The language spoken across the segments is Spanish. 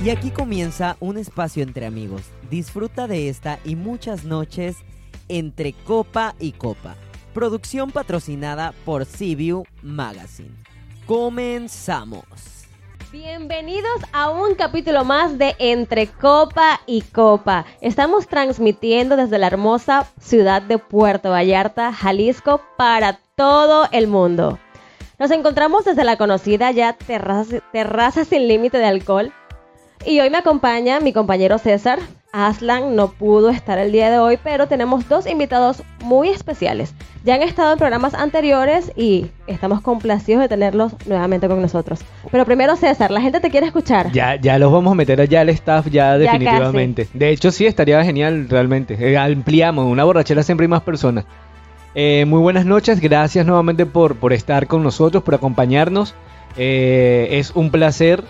Y aquí comienza un espacio entre amigos. Disfruta de esta y muchas noches entre copa y copa. Producción patrocinada por CView Magazine. Comenzamos. Bienvenidos a un capítulo más de Entre Copa y Copa. Estamos transmitiendo desde la hermosa ciudad de Puerto Vallarta, Jalisco, para todo el mundo. Nos encontramos desde la conocida ya terraza sin límite de alcohol. Y hoy me acompaña mi compañero César. Aslan no pudo estar el día de hoy, pero tenemos dos invitados muy especiales. Ya han estado en programas anteriores y estamos complacidos de tenerlos nuevamente con nosotros. Pero primero, César, la gente te quiere escuchar. Ya los vamos a meter allá al staff ya definitivamente. Casi. De hecho, sí, estaría genial realmente. Ampliamos, una borrachera siempre hay más personas. Muy buenas noches, gracias nuevamente por estar con nosotros, por acompañarnos. Es un placer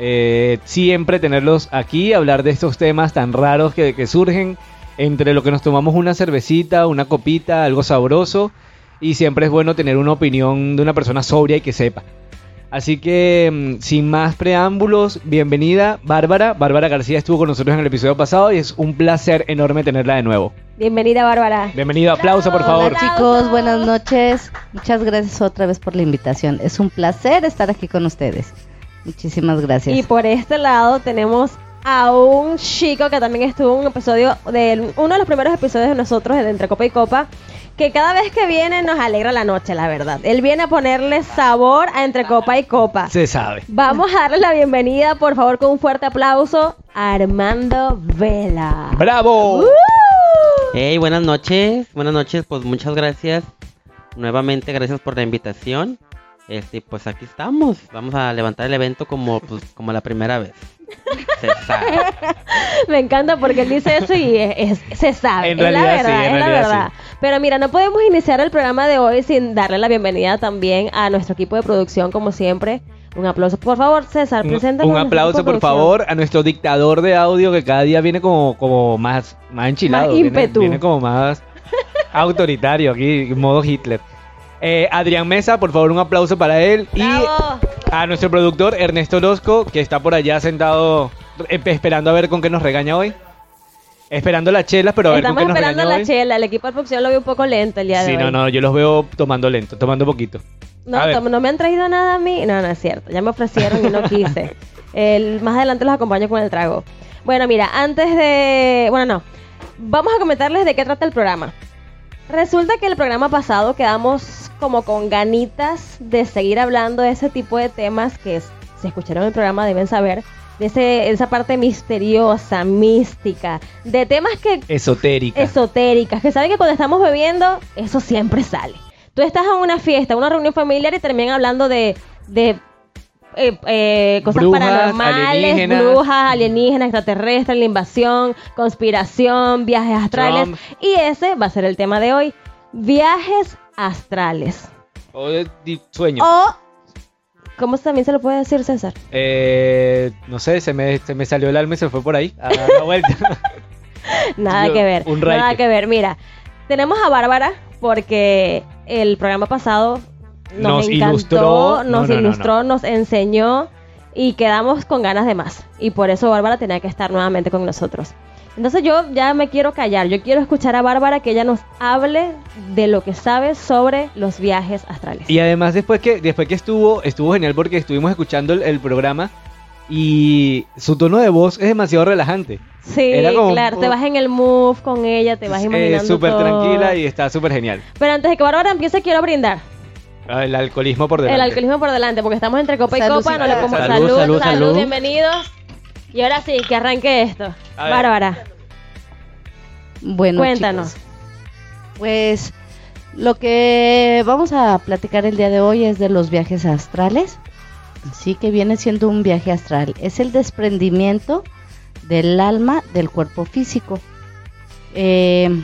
siempre tenerlos aquí, hablar de estos temas tan raros que surgen entre lo que nos tomamos una cervecita, una copita, algo sabroso, y siempre es bueno tener una opinión de una persona sobria y que sepa. Así que, sin más preámbulos, bienvenida Bárbara. Bárbara García estuvo con nosotros en el episodio pasado y es un placer enorme tenerla de nuevo. Bienvenida, Bárbara. Bienvenida, aplauso por favor. Hola chicos, buenas noches. Muchas gracias otra vez por la invitación. Es un placer estar aquí con ustedes. Muchísimas gracias. Y por este lado tenemos a un chico que también estuvo en un episodio de uno de los primeros episodios de nosotros de Entre Copa y Copa, que cada vez que viene nos alegra la noche, la verdad. Él viene a ponerle sabor a Entre Copa y Copa. Se sabe. Vamos a darle la bienvenida, por favor, con un fuerte aplauso a Armando Vela. ¡Bravo! Hey, buenas noches, pues muchas gracias. Nuevamente, gracias por la invitación. Pues aquí estamos. Vamos a levantar el evento como la primera vez. Se sabe. Me encanta porque él dice eso y se sabe. En realidad, es la verdad. Sí. Pero mira, no podemos iniciar el programa de hoy sin darle la bienvenida también a nuestro equipo de producción, como siempre. Un aplauso, por favor, César, preséntanos. Un aplauso, por favor, a nuestro dictador de audio que cada día viene como más enchilado. Más ímpetu. Viene como más autoritario aquí, en modo Hitler. Adrián Mesa, por favor, un aplauso para él. ¡Bravo! Y a nuestro productor Ernesto Orozco, que está por allá sentado esperando a ver con qué nos regaña hoy. Esperando las chelas, pero a ver con qué nos regaña hoy. Estamos esperando la chela. El equipo de producción lo veo un poco lento el día de hoy. Sí, no, yo los veo tomando lento, tomando poquito. No me han traído nada a mí. No es cierto. Ya me ofrecieron y no quise. Más adelante los acompaño con el trago. Bueno, mira, vamos a comentarles de qué trata el programa. Resulta que el programa pasado quedamos como con ganitas de seguir hablando de ese tipo de temas que si escucharon el programa deben saber, de esa parte misteriosa, mística, de temas que... Esotéricas, que saben que cuando estamos bebiendo, eso siempre sale. Tú estás en una fiesta, una reunión familiar y terminan hablando de cosas brujas, paranormales, brujas, alienígenas, extraterrestres, la invasión, conspiración, viajes astrales. Trump. Y ese va a ser el tema de hoy, viajes astrales. O de sueño. O, ¿cómo también se lo puede decir, César? No sé, se me salió el alma y se fue por ahí, a dar la vuelta. Nada que ver, un nada raite. que ver. Mira, tenemos a Bárbara porque el programa pasado nos encantó, nos ilustró, nos enseñó y quedamos con ganas de más. Y por eso Bárbara tenía que estar nuevamente con nosotros. Entonces yo ya me quiero callar. Yo quiero escuchar a Bárbara que ella nos hable de lo que sabe sobre los viajes astrales. Y además después que estuvo genial porque estuvimos escuchando el programa y su tono de voz es demasiado relajante. Sí, claro, te vas en el mood con ella, te vas imaginando súper todo. Tranquila y está súper genial. Pero antes de que Bárbara empiece, quiero brindar. El alcoholismo por delante. El alcoholismo por delante, porque estamos entre copa y Salud, copa, no le pongo salud, bienvenidos. Y ahora sí, que arranque esto. A ver. Bárbara, Bueno, cuéntanos. chicos, pues lo que vamos a platicar el día de hoy es de los viajes astrales. Sí, que viene siendo un viaje astral. Es el desprendimiento del alma del cuerpo físico. En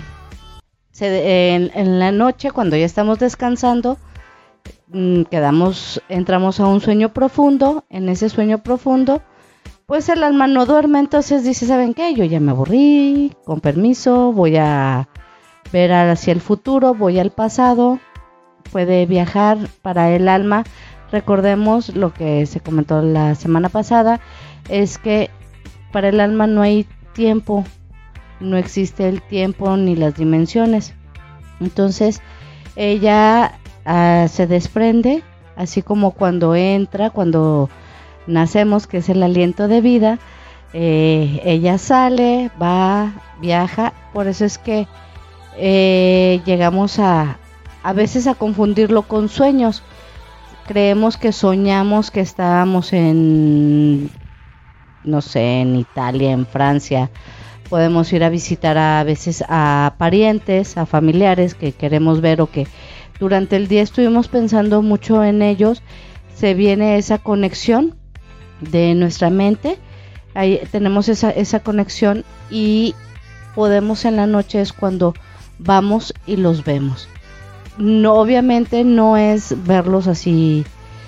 la noche, cuando ya estamos descansando, entramos a un sueño profundo. En ese sueño profundo, pues el alma no duerme, entonces dice, ¿saben qué? Yo ya me aburrí, con permiso, voy a ver hacia el futuro, voy al pasado. Puede viajar para el alma. Recordemos lo que se comentó la semana pasada, es que para el alma no hay tiempo, no existe el tiempo ni las dimensiones. Entonces ella se desprende, así como cuando nacemos, que es el aliento de vida. Ella sale, va, viaja. Por eso es que llegamos a veces a confundirlo con sueños. Creemos que soñamos que estábamos en, no sé, en Italia, en Francia. Podemos ir a visitar a veces a parientes, a familiares que queremos ver, o que durante el día estuvimos pensando mucho en ellos. Se viene esa conexión de nuestra mente. Ahí tenemos esa conexión, y podemos en la noche es cuando vamos y los vemos. No, obviamente no es verlos así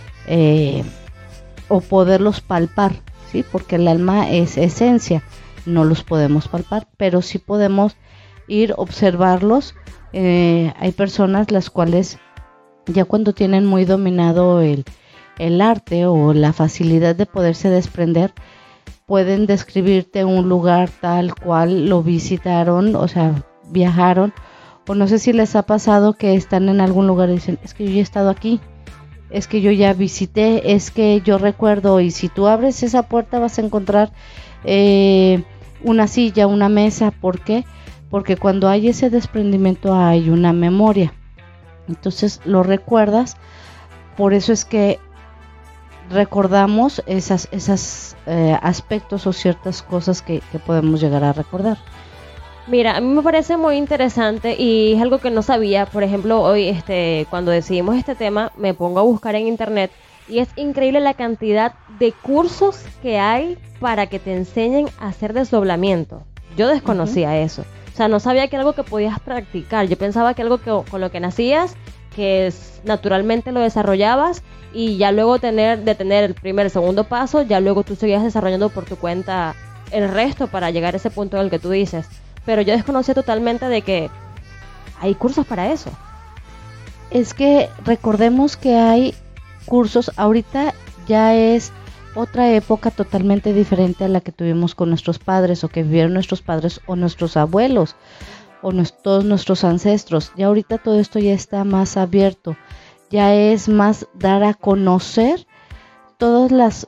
o poderlos palpar, ¿sí? Porque el alma es esencia, no los podemos palpar, pero sí podemos ir observarlos. Hay personas las cuales ya cuando tienen muy dominado el arte o la facilidad de poderse desprender, pueden describirte un lugar tal cual lo visitaron, o sea, viajaron. O no sé si les ha pasado que están en algún lugar y dicen, es que yo ya he estado aquí, es que yo ya visité, es que yo recuerdo. Y si tú abres esa puerta vas a encontrar una silla, una mesa. ¿Por qué? Porque cuando hay ese desprendimiento hay una memoria. Entonces lo recuerdas. Por eso es que recordamos esos aspectos o ciertas cosas que podemos llegar a recordar. Mira, a mí me parece muy interesante y es algo que no sabía. Por ejemplo, hoy cuando decidimos este tema me pongo a buscar en internet y es increíble la cantidad de cursos que hay para que te enseñen a hacer desdoblamiento. Yo desconocía eso. O sea, no sabía que era algo que podías practicar. Yo pensaba que algo con lo que nacías, que naturalmente lo desarrollabas, y ya luego de tener el primer, el segundo paso, ya luego tú seguías desarrollando por tu cuenta el resto para llegar a ese punto del que tú dices. Pero yo desconocía totalmente de que hay cursos para eso. Es que recordemos que hay cursos, ahorita ya es otra época totalmente diferente a la que tuvimos con nuestros padres, o que vivieron nuestros padres o nuestros abuelos o todos nuestros ancestros. Ya ahorita todo esto ya está más abierto, ya es más dar a conocer todas las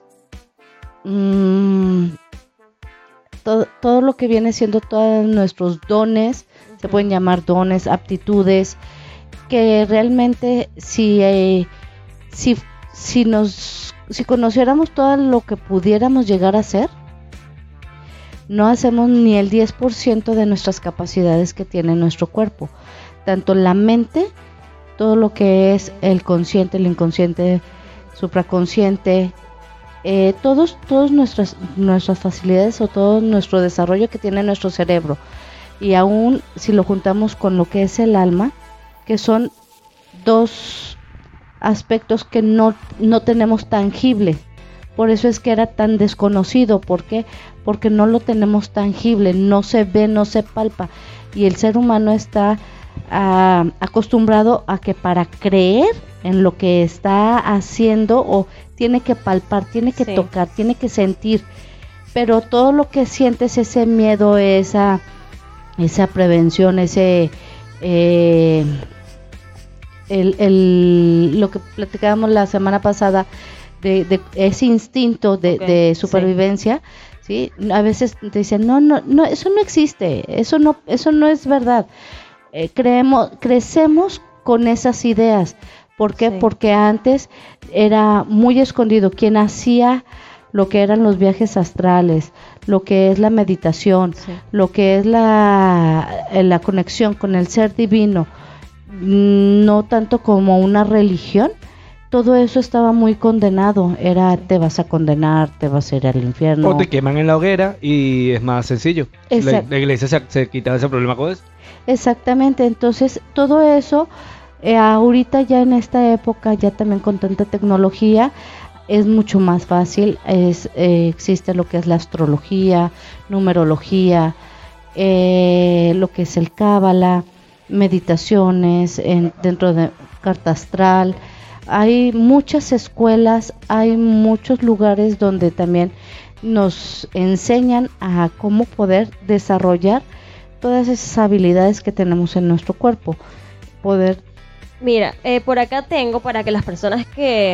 todo lo que viene siendo todos nuestros dones. Se pueden llamar dones, aptitudes, que realmente si conociéramos todo lo que pudiéramos llegar a ser, no hacemos ni el 10% de nuestras capacidades que tiene nuestro cuerpo. Tanto la mente, todo lo que es el consciente, el inconsciente, supraconsciente, todas nuestras facilidades o todo nuestro desarrollo que tiene nuestro cerebro, y aún si lo juntamos con lo que es el alma, que son dos aspectos que no tenemos tangible. Por eso es que era tan desconocido. ¿Por qué? Porque no lo tenemos tangible, no se ve, no se palpa, y el ser humano está acostumbrado a que para creer en lo que está haciendo, o tiene que palpar, tiene que tocar, tiene que sentir, pero todo lo que sientes, ese miedo, esa prevención, lo que platicábamos la semana pasada de ese instinto de supervivencia, ¿sí? A veces te dicen, no, eso no existe, eso no es verdad. Crecemos con esas ideas. ¿Por qué? Sí. Porque antes era muy escondido. Quien hacía lo que eran los viajes astrales, lo que es la meditación, lo que es la conexión con el ser divino, no tanto como una religión, todo eso estaba muy condenado. Te vas a condenar, te vas a ir al infierno. O te queman en la hoguera y es más sencillo. La iglesia se quitaba ese problema con eso. Exactamente, entonces todo eso, ahorita ya en esta época, ya también con tanta tecnología, es mucho más fácil. Existe lo que es la astrología, numerología, lo que es el cábala, meditaciones dentro de carta astral. Hay muchas escuelas, hay muchos lugares donde también nos enseñan a cómo poder desarrollar todas esas habilidades que tenemos en nuestro cuerpo. Mira, por acá tengo para que las personas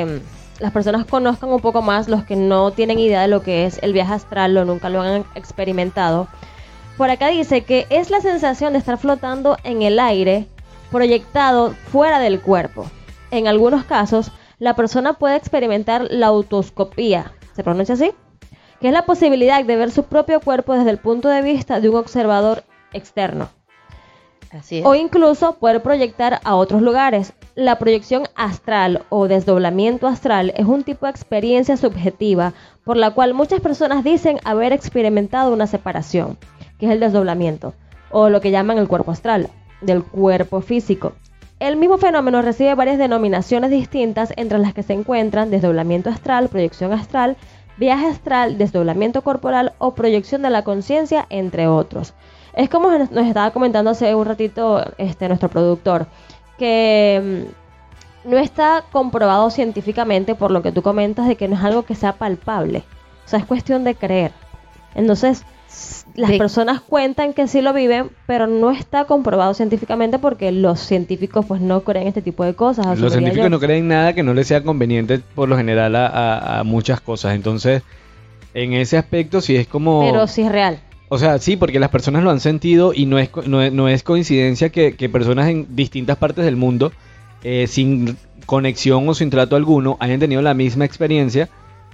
conozcan un poco más, los que no tienen idea de lo que es el viaje astral o nunca lo han experimentado. Por acá dice que es la sensación de estar flotando en el aire, proyectado fuera del cuerpo. En algunos casos, la persona puede experimentar la autoscopía, ¿se pronuncia así? Que es la posibilidad de ver su propio cuerpo desde el punto de vista de un observador externo. Así es. O incluso poder proyectar a otros lugares. La proyección astral o desdoblamiento astral es un tipo de experiencia subjetiva por la cual muchas personas dicen haber experimentado una separación, que es el desdoblamiento, o lo que llaman el cuerpo astral, del cuerpo físico. El mismo fenómeno recibe varias denominaciones distintas, entre las que se encuentran desdoblamiento astral, proyección astral, viaje astral, desdoblamiento corporal o proyección de la conciencia, entre otros. Es como nos estaba comentando hace un ratito nuestro productor, que no está comprobado científicamente, por lo que tú comentas, de que no es algo que sea palpable. O sea, es cuestión de creer. Entonces, las personas cuentan que sí lo viven, pero no está comprobado científicamente porque los científicos pues no creen este tipo de cosas. Los científicos no creen nada que no les sea conveniente por lo general a muchas cosas. Entonces, en ese aspecto sí es como... Pero sí es real. O sea, sí, porque las personas lo han sentido y no es coincidencia que personas en distintas partes del mundo, sin conexión o sin trato alguno, hayan tenido la misma experiencia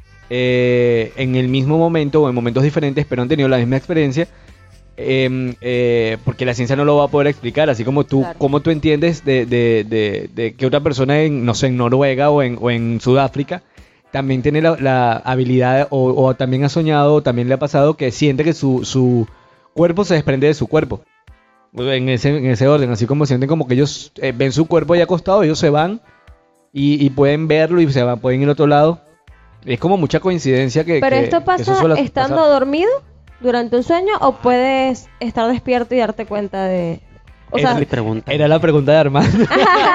en el mismo momento o en momentos diferentes, pero han tenido la misma experiencia, porque la ciencia no lo va a poder explicar, así como tú, claro. ¿Cómo tú entiendes de que otra persona en Noruega o en Sudáfrica también tiene la habilidad o también ha soñado o también le ha pasado que siente que su cuerpo se desprende de su cuerpo? En ese orden, así como sienten como que ellos ven su cuerpo ahí acostado, ellos se van y pueden verlo y pueden ir a otro lado. Es como mucha coincidencia que... ¿Pero esto pasa estando dormido durante un sueño o puedes estar despierto y darte cuenta de...? Esa es mi pregunta. Era la pregunta de Armando.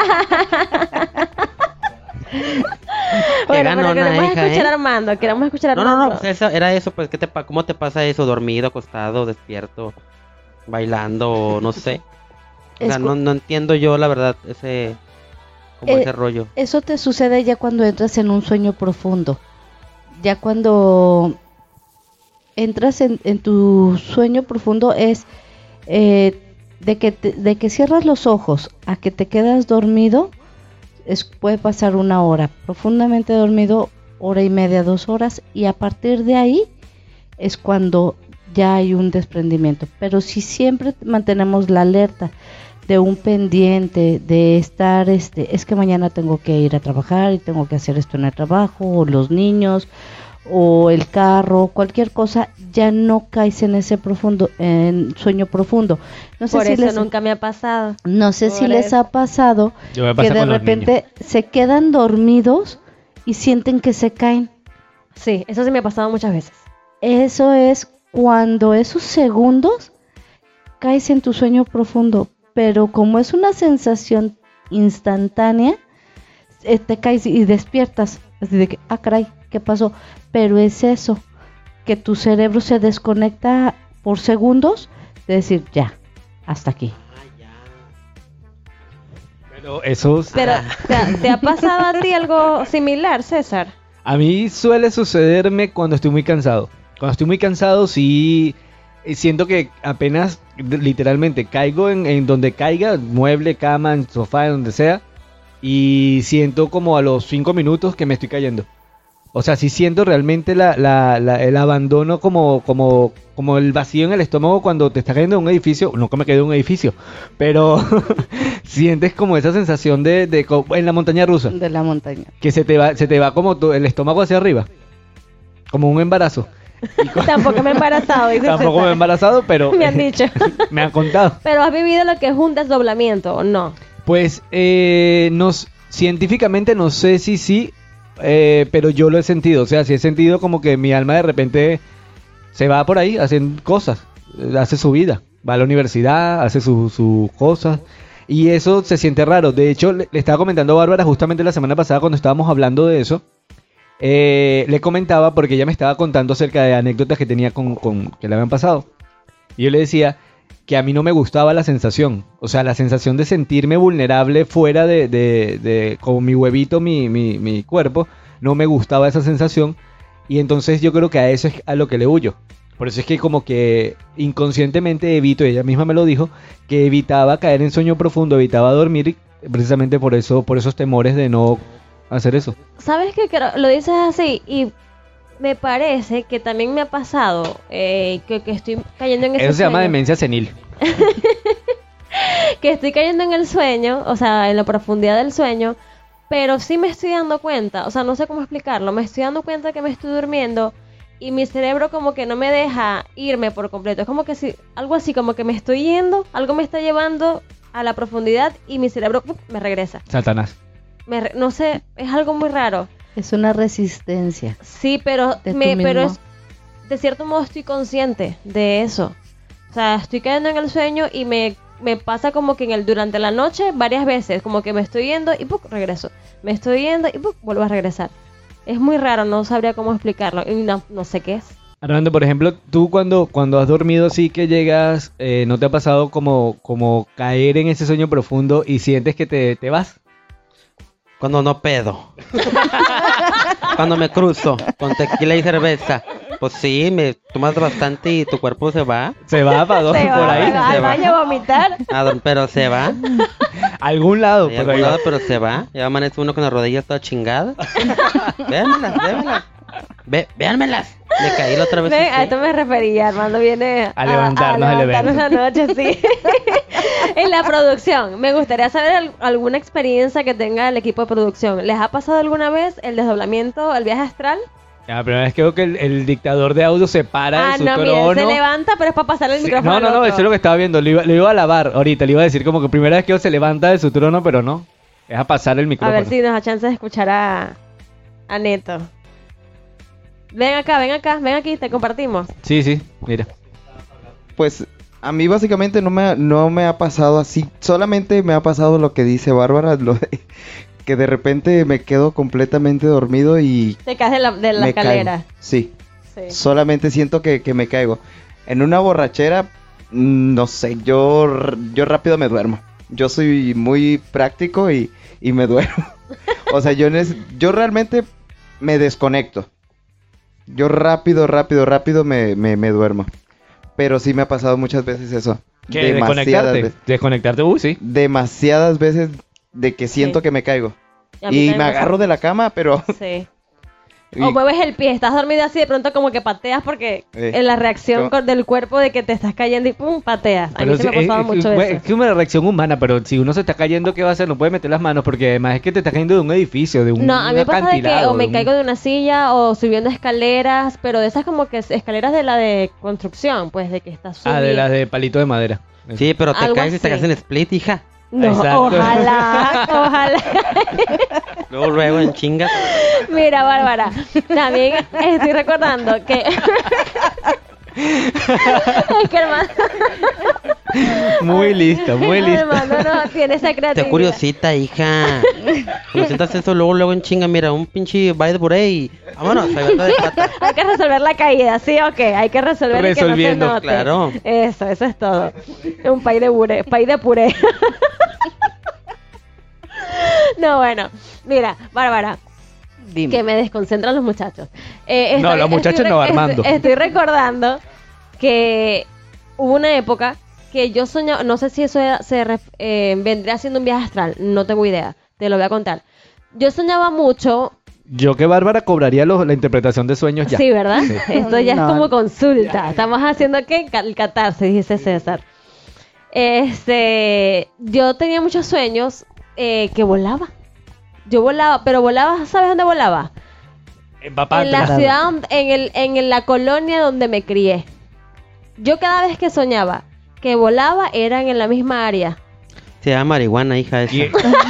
Bueno, pero queremos escuchar a Armando, queremos escuchar a Armando. No, pues era eso, pues, ¿cómo te pasa eso? ¿Dormido, acostado, despierto, bailando, no sé? O sea, no entiendo yo, la verdad, ese rollo. Eso te sucede ya cuando entras en un sueño profundo. Ya cuando entras en tu sueño profundo es de que cierras los ojos a que te quedas dormido. Puede pasar 1 hora, profundamente dormido, 1:30, 2 horas, y a partir de ahí es cuando ya hay un desprendimiento. Pero si siempre mantenemos la alerta de un pendiente, de estar, es que mañana tengo que ir a trabajar y tengo que hacer esto en el trabajo, o los niños, o el carro, cualquier cosa, ya no caes en ese en sueño profundo. No sé por si eso nunca me ha pasado. No sé si les ha pasado que de repente se quedan dormidos y sienten que se caen. Sí, eso sí me ha pasado muchas veces. Eso es cuando esos segundos caes en tu sueño profundo, pero como es una sensación instantánea, te caes y despiertas, así de que, caray, ¿qué pasó? Pero es eso, que tu cerebro se desconecta por segundos, de decir, ya, hasta aquí. Pero eso... Pero, ¿te ha pasado a ti algo similar, César? A mí suele sucederme cuando estoy muy cansado. Cuando estoy muy cansado, sí siento que apenas, literalmente, caigo en donde caiga, mueble, cama, en sofá, en donde sea, y siento como a los 5 minutos que me estoy cayendo. O sea, sí siento realmente el abandono como el vacío en el estómago cuando te estás cayendo de un edificio. Nunca me quedé en un edificio, pero sientes como esa sensación de en la montaña rusa. De la montaña. Que se te va como el estómago hacia arriba. Como un embarazo. Tampoco me he embarazado. Tampoco me he embarazado, pero... me han dicho. Me han contado. Pero ¿has vivido lo que es un desdoblamiento o no? Pues científicamente no sé si sí, pero yo lo he sentido. O sea, sí he sentido como que mi alma de repente se va por ahí, haciendo cosas, hace su vida, va a la universidad, hace sus cosas. Y eso se siente raro. De hecho, le estaba comentando a Bárbara justamente la semana pasada cuando estábamos hablando de eso, le comentaba porque ella me estaba contando acerca de anécdotas que tenía con que le habían pasado. Y yo le decía que a mí no me gustaba la sensación. O sea, la sensación de sentirme vulnerable fuera de como mi huevito, mi cuerpo. No me gustaba esa sensación. Y entonces yo creo que a eso es a lo que le huyo. Por eso es que como que inconscientemente evito, ella misma me lo dijo, que evitaba caer en sueño profundo, evitaba dormir, precisamente por esos temores de no hacer eso. ¿Sabes qué? Lo dices así y me parece que también me ha pasado que estoy cayendo en ese Eso se llama sueño. demencia senil. Que estoy cayendo en el sueño, o sea, en la profundidad del sueño, pero sí me estoy dando cuenta, o sea, no sé cómo explicarlo, me estoy dando cuenta que me estoy durmiendo y mi cerebro como que no me deja irme por completo. Es como que si, algo así, como que me estoy yendo, algo me está llevando a la profundidad y mi cerebro me regresa. Satanás. No sé, es algo muy raro. Es una resistencia. Sí, pero De tú mismo. pero es, de cierto modo estoy consciente de eso. O sea, estoy cayendo en el sueño y me pasa como que durante la noche varias veces, como que me estoy yendo y ¡puc! Regreso. Me estoy yendo y ¡puc! Vuelvo a regresar. Es muy raro, no sabría cómo explicarlo. Y no sé qué es. Armando, por ejemplo, tú cuando has dormido así que llegas, ¿no te ha pasado como caer en ese sueño profundo y sientes que te vas? Cuando no pedo. Cuando me cruzo con tequila y cerveza. Pues sí, me tomas bastante y tu cuerpo se va. ¿Se va para dónde? Se Por va, ahí. se va se al va. baño a vomitar. Pero se va. A algún lado. Hay Pero algún ahí va. lado, pero se va. Ya amanece uno con las rodillas todas chingadas. Véanmelas. Véanmelas. Me caí la otra vez. Ven, así. a esto me refería, Armando viene A levantarnos el levantarnos la noche, sí. En la producción, me gustaría saber alguna experiencia que tenga el equipo de producción. ¿Les ha pasado alguna vez el desdoblamiento, el viaje astral? La primera vez que veo que el dictador de audio se para de su no, trono. mire, se levanta, pero es para pasarle el Sí, micrófono. no, al otro. eso es lo que estaba viendo. Lo iba a lavar ahorita. Le iba a decir como que primera vez que se levanta de su trono, pero no. Es a pasar el A micrófono. ver si nos da chance de escuchar a Neto. Ven acá, ven aquí, te compartimos. Sí, mira. Pues a mí básicamente no me ha pasado así. Solamente me ha pasado lo que dice Bárbara, lo de que de repente me quedo completamente dormido y Te caes de la me escalera. caigo. Sí, Sí. solamente siento que me caigo. En una borrachera, no sé, yo rápido me duermo. Yo soy muy práctico y me duermo. O sea, yo realmente me desconecto. Yo rápido me duermo. Pero sí me ha pasado muchas veces eso. ¿Qué? Demasiadas ¿Desconectarte? veces. Desconectarte, sí. Demasiadas veces de que siento Sí. que me caigo. A mí Y también me me agarro pasa. de la cama, pero... Sí. y- O mueves el pie, estás dormido así, de pronto como que pateas porque en la reacción como- del cuerpo de que te estás cayendo y pum, pateas. A mí se me ha pasado mucho bueno, eso. es que una reacción humana, pero si uno se está cayendo, ¿qué va a hacer? No puede meter las manos porque además es que te estás cayendo de un edificio, de un No, a mí me pasa de que acantilado, o me de un- caigo de una silla o subiendo escaleras, pero de esas como que escaleras de la de construcción, pues de que estás subiendo. de las de palito de madera. Sí, pero te Algo caes y te así. caes en split, hija. No, Exacto. ojalá. Luego en chingas. Mira, Bárbara, también estoy recordando que... es que hermano... Muy lista, muy lista. Hermano, no, tiene esa creatividad. Te curiosita, hija. Cuando sientas eso, luego en chinga, mira, un pinche baile por ahí. Vámonos, se de pata. Hay que resolver la caída, ¿sí o qué? Hay que resolver y que no se Resolviendo, note. claro. Eso es todo. Un pay de puré. No, bueno. Mira, Bárbara, Dime. que me desconcentran los muchachos. No, los muchachos no, Armando. Estoy recordando que hubo una época que yo soñaba, no sé si eso vendría siendo un viaje astral, no tengo idea, te lo voy a contar. Yo soñaba mucho. Yo que Bárbara cobraría la interpretación de sueños ya. Sí, ¿verdad? Esto ya No. es como consulta. Estamos haciendo ¿qué? El catarsis, dice César. Yo tenía muchos sueños que volaba. Yo volaba, pero volaba, ¿sabes dónde volaba? En la ciudad, en la colonia donde me crié. Yo cada vez que soñaba que volaba eran en la misma área. Se llama marihuana, hija, esa.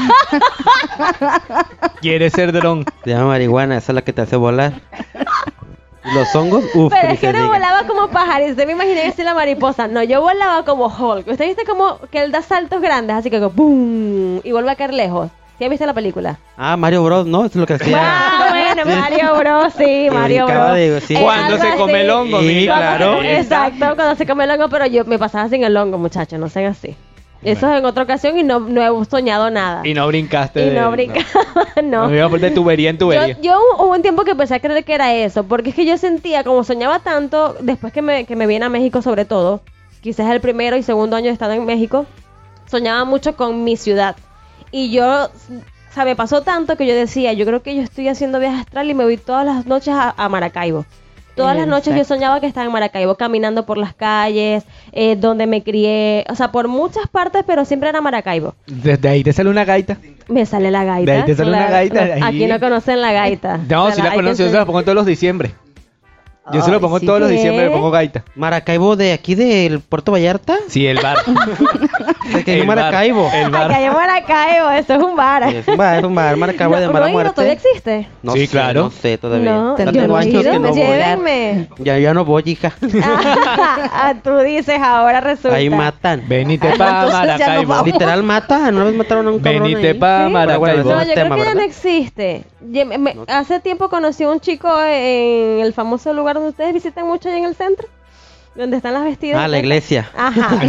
Quiere ser dron. Se llama marihuana, esa es la que te hace volar. Y los hongos, uff, Pero es que no volaba como pájaro. Usted me imaginé que soy la mariposa. No, yo volaba como Hulk. ¿Usted viste como que él da saltos grandes? Así que ¡boom! Y vuelve a caer lejos. ¿Sí has visto la película? Ah, Mario Bros, ¿no? Eso es lo que hacía. Ah, bueno, Mario Bros, sí, Mario brincaba Bros. de- sí. Cuando algo se come así. el hongo, Sí, mira. claro. Exacto, cuando se come el hongo, pero yo me pasaba sin el hongo, muchachos, no sean así. Eso es en otra ocasión y no he soñado nada. Y no brincaste. Y no brincaba, no. No iba a poner de tubería en tubería. Yo hubo un tiempo que empecé a creer que era eso, porque es que yo sentía, como soñaba tanto, después que me vine a México sobre todo, quizás el primero y segundo año de estar en México, soñaba mucho con mi ciudad. Y yo, o sea, me pasó tanto que yo decía, yo creo que yo estoy haciendo viaje astral y me voy todas las noches a Maracaibo. Todas las noches yo Exacto. soñaba que estaba en Maracaibo, caminando por las calles, donde me crié, o sea, por muchas partes, pero siempre era Maracaibo. Desde ahí te sale una gaita. Me sale la gaita. De ahí te sale una gaita, de ahí. Aquí no conocen la gaita. No, O sea, si la hay que conozco, yo se la pongo todos los diciembre. Yo se lo Ay, pongo sí. todos los ¿Qué? diciembre, le pongo gaita. Maracaibo de aquí del Puerto Vallarta. Sí, el bar. De que hay El Maracaibo. bar, el bar. Acá en Maracaibo, eso es un bar. Es un bar, Maracaibo de No, mala no he ido, muerte. ¿todavía existe? No Sí, sé, claro. No sé todavía. No, Ya yo tengo no he años ido, que no voy. llévenme. Ya no voy, hija. Tú dices, ahora resulta. Ahí matan. Venite pa' entonces ya no Maracaibo. vamos. Literal mata. No vez mataron a un cabrón Venite ahí. pa' ¿Sí? Maracaibo. Pero bueno, No, yo creo tema, que ya no ¿verdad? existe. No. Hace tiempo conocí a un chico en el famoso lugar donde ustedes visitan mucho, allá en el centro, donde están las vestidas. Ah, la iglesia. Ajá.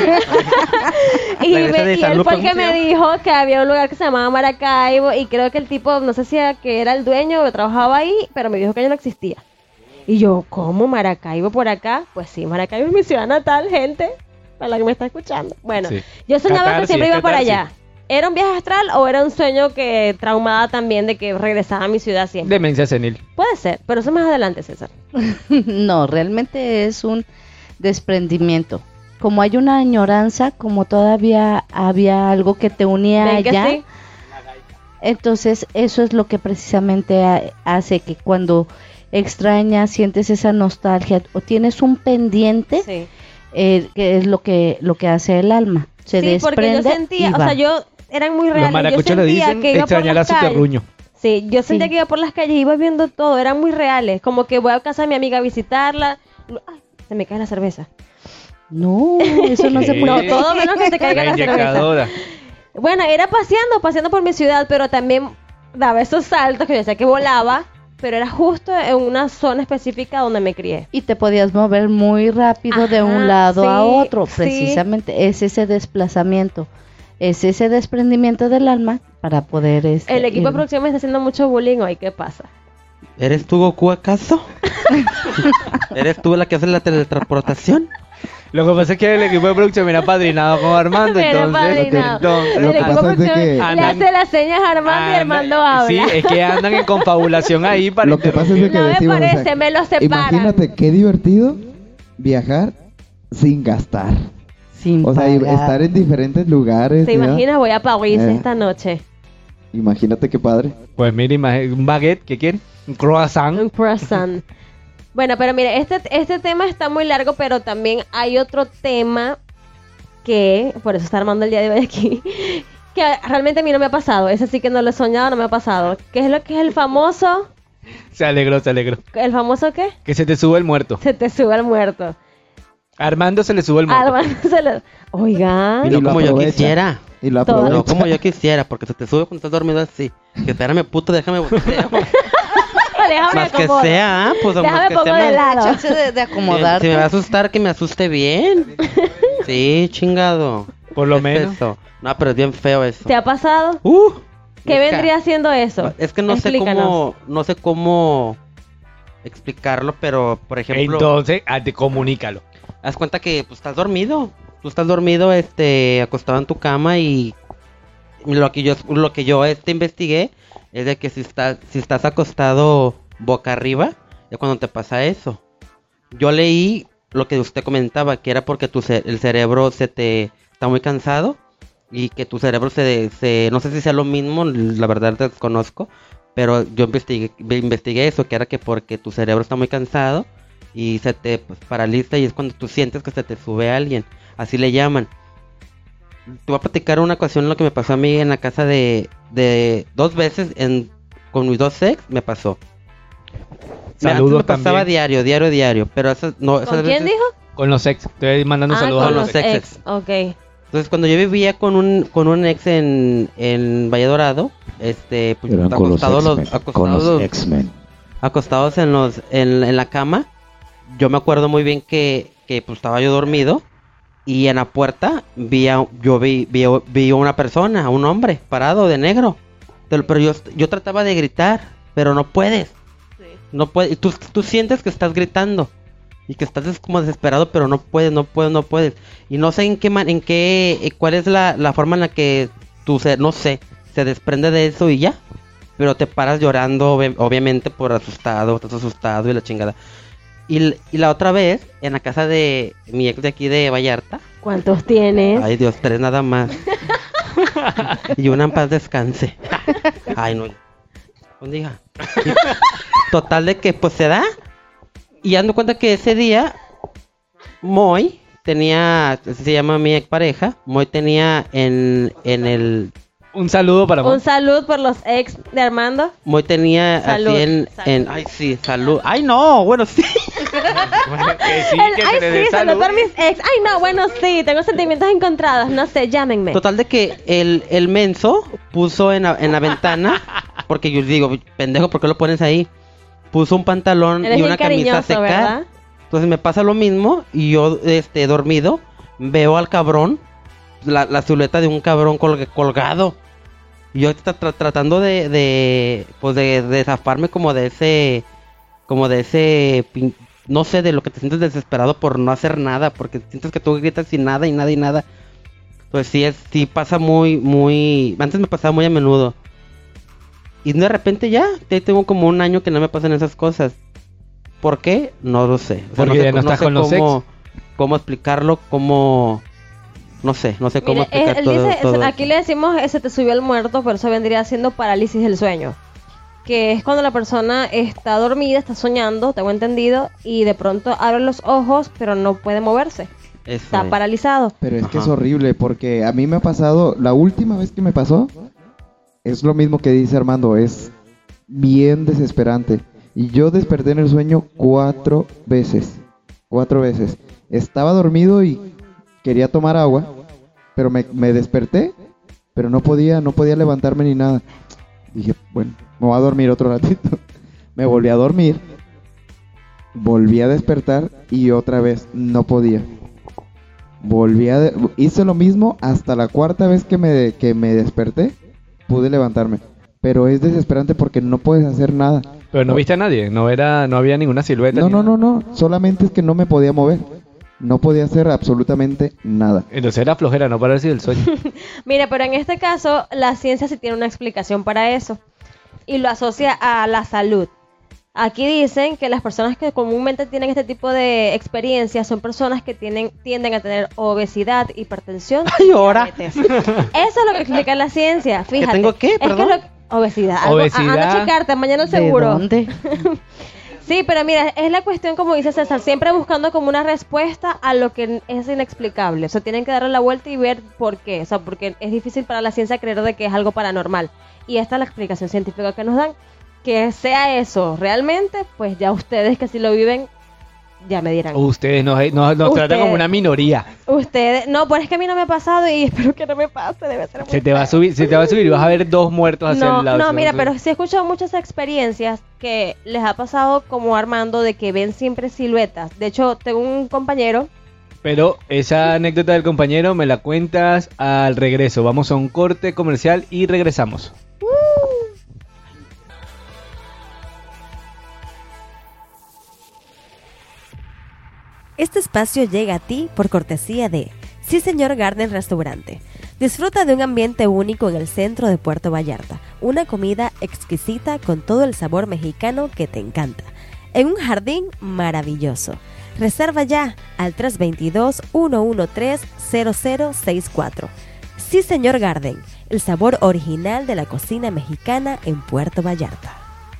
y La iglesia de y San él fue el Lucas, que ¿cómo se me dijo que había un lugar que se llamaba Maracaibo y creo que el tipo, no sé si era que era el dueño o trabajaba ahí, pero me dijo que ya no existía. Y yo, ¿cómo Maracaibo por acá? Pues sí, Maracaibo es mi ciudad natal, gente, para la que me está escuchando. Bueno, Sí. yo soñaba que Catarsis, siempre iba para catarsis. allá. ¿Era un viaje astral o era un sueño que traumada también de que regresaba a mi ciudad siempre? Demencia senil. Puede ser, pero eso más adelante, César. No, realmente es un desprendimiento. Como hay una añoranza, como todavía había algo que te unía ¿Ven que allá, sí? entonces eso es lo que precisamente hace que cuando extrañas, sientes esa nostalgia o tienes un pendiente, Sí. que es lo que hace el alma. Se Sí, porque yo desprende sentía, y o va. sea, yo eran muy Los reales. Yo maracuchos le sentía dicen que iba por extrañar a las su calles. terruño. Sí, yo sentía Sí. que iba por las calles y iba viendo todo, eran muy reales. Como que voy a casa de mi amiga a visitarla. Ay, se me cae la cerveza. No, eso no se ¿Qué? puede. No, todo menos que se caiga La la cerveza. inyectadora. Bueno, era paseando por mi ciudad, pero también daba esos saltos que yo decía que volaba, pero era justo en una zona específica donde me crié. Y te podías mover muy rápido de un Ajá, lado a sí, otro. sí. Precisamente es ese desplazamiento, es ese desprendimiento del alma para poder... El equipo de ir- producción me está haciendo mucho bullying hoy, ¿qué pasa? ¿Eres tú Goku acaso? ¿Eres tú la que hace la teletransportación? Lo que pasa es que el equipo de producción viene apadrinado con Armando, Viene entonces... apadrinado. entonces- El Lo que equipo de pasa es de producción que- le Andan- hace las señas a Armando y Armando habla. Sí, es que andan en confabulación ahí para... Lo que pasa es de que No me decimos, o sea, parece, me los separan. imagínate qué divertido viajar sin gastar. sin O sea, pagar. estar en diferentes lugares. ¿Te ¿verdad? imaginas? Voy a París Eh. esta noche. Imagínate qué padre. Pues mira, un baguette, ¿qué quieren? Un croissant. Un croissant. Bueno, pero mire, este tema está muy largo, pero también hay otro tema que, por eso está Armando el día de hoy aquí, que realmente a mí no me ha pasado. Ese sí que no lo he soñado, no me ha pasado. ¿Qué es lo que es el famoso? Se alegró, se alegró. ¿El famoso qué? Que se te sube el muerto. Se te sube al muerto. A Armando se le sube el muerto. Armando se lo... Oigan. Y No lo como yo aprovecha. quisiera. Y lo Todo. aprovecha. No como yo quisiera, porque se te sube cuando estás dormido así. Que espérame, puto, déjame voltear. Déjame Más que acomodo. sea, pues más Déjame que pongo sea, de más- lado. Chance de acomodarte. Si me va a asustar, que me asuste bien. Sí, chingado. Por lo ¿Qué es menos. eso? No, pero es bien feo eso. ¿Te ha pasado? ¿Qué hija. vendría siendo eso? Es que no Explícanos. sé cómo explicarlo, pero por ejemplo, Entonces, comunícalo. haz cuenta que pues, estás dormido. Tú estás dormido, acostado en tu cama y lo que yo investigué es de que si estás acostado boca arriba, es cuando te pasa eso. Yo leí lo que usted comentaba, que era porque el cerebro está muy cansado y que tu cerebro no sé si sea lo mismo, la verdad desconozco, pero yo investigué eso, que era que porque tu cerebro está muy cansado y se te paraliza y es cuando tú sientes que se te sube alguien, así le llaman. Te voy a platicar una ocasión lo que me pasó a mí en la casa de 2 veces con mis 2 ex, me pasó. Saludos Antes me pasaba también. diario, pero esas no. ¿Con quién dijo? Con los ex. Estoy mandando saludos a con los los ex. ex. Ok. Entonces cuando yo vivía con un ex en Valle Dorado, pues, Eran con los X-Men. Acostados en la cama, yo me acuerdo muy bien que pues estaba yo dormido y en la puerta vi a una persona, a un hombre parado de negro. Pero yo trataba de gritar, pero no puedes. Sí. No puedes. Y tú sientes que estás gritando y que estás como desesperado, pero no puedes. Y no sé cuál es la forma en la que se desprende de eso y ya. Pero te paras llorando, obviamente estás asustado y la chingada. Y la otra vez, en la casa de mi ex de aquí de Vallarta. ¿Cuántos tienes? Ay, Dios, 3 nada más. Y una en paz descanse. Ay, no. ¿Dónde hija? Total de que pues se da. Y dando cuenta que ese día Moy tenía, se llama mi expareja, Moy tenía en el... Un saludo para Un saludo por los ex de Armando. Moy tenía Salud. así Salud. ay sí, salud. Ay no, bueno sí. Bueno, que sí, que Ay, se le dé sí, salud. salud por mis ex. Ay, no, bueno, sí, tengo sentimientos encontrados. No sé, llámenme. Total de que el menso puso en la ventana, porque yo digo, pendejo, ¿por qué lo pones ahí? Puso un pantalón Eres y bien una camisa a cariñoso, secar. ¿verdad? Entonces me pasa lo mismo y yo, dormido, veo al cabrón, la silueta de un cabrón colgado. Y yo tratando de zafarme como de ese, no sé, de lo que te sientes desesperado por no hacer nada, porque sientes que tú gritas sin nada y nada y nada. Pues sí pasa muy, antes me pasaba muy a menudo. Y de repente ya tengo como un año que no me pasan esas cosas. ¿Por qué? No lo sé. O sea, Porque ya no estás con los ex. cómo explicarlo, no sé cómo Mire, explicar él todo, dice, todo aquí eso. le decimos se te subió el muerto, pero eso vendría siendo parálisis del sueño. Que es cuando la persona está dormida, está soñando, tengo entendido, y de pronto abre los ojos, pero no puede moverse. Eso Está es. paralizado. Pero es que es Ajá. horrible porque a mí me ha pasado, la última vez que me pasó, es lo mismo que dice Armando, es bien desesperante. Y yo desperté en el sueño 4 veces. 4 veces. Estaba dormido y quería tomar agua, pero me desperté, pero no podía levantarme ni nada. Dije, bueno, me voy a dormir otro ratito. Me volví a dormir, volví a despertar y otra vez no podía. Hice lo mismo hasta la 4ª vez que me desperté, pude levantarme. Pero es desesperante porque no puedes hacer nada. Pero no viste a nadie, no había ninguna silueta. No, solamente es que no me podía mover. No podía hacer absolutamente nada. Entonces era flojera, no parálisis del sueño. Mire, pero en este caso, la ciencia sí tiene una explicación para eso. Y lo asocia a la salud. Aquí dicen que las personas que comúnmente tienen este tipo de experiencias son personas que tienden a tener obesidad, hipertensión Ay, ahora. diabetes. Eso es lo que explica la ciencia, fíjate. tengo qué? Es que Perdón. obesidad. Obesidad. Anda a checarte, mañana el ¿De seguro. dónde? Sí, pero mira, es la cuestión, como dice César, siempre buscando como una respuesta a lo que es inexplicable. O sea, tienen que darle la vuelta y ver por qué. O sea, porque es difícil para la ciencia creer de que es algo paranormal. Y esta es la explicación científica que nos dan. Que sea eso realmente, pues ya ustedes que si lo viven, ya me dirán. Ustedes nos tratan Ustedes. como una minoría. Ustedes, no, pues es que a mí no me ha pasado y espero que no me pase, debe ser muy Se te va a feo. subir y vas a ver 2 muertos hacia No, el lado. no, mira, pero sí he escuchado muchas experiencias que les ha pasado como Armando de que ven siempre siluetas. De hecho, tengo un compañero. Pero esa anécdota del compañero me la cuentas al regreso. Vamos a un corte comercial y regresamos. Este espacio llega a ti por cortesía de Sí Señor Garden Restaurante. Disfruta de un ambiente único en el centro de Puerto Vallarta, una comida exquisita con todo el sabor mexicano que te encanta, en un jardín maravilloso. Reserva ya al 322-113-0064. Sí Señor Garden, el sabor original de la cocina mexicana en Puerto Vallarta.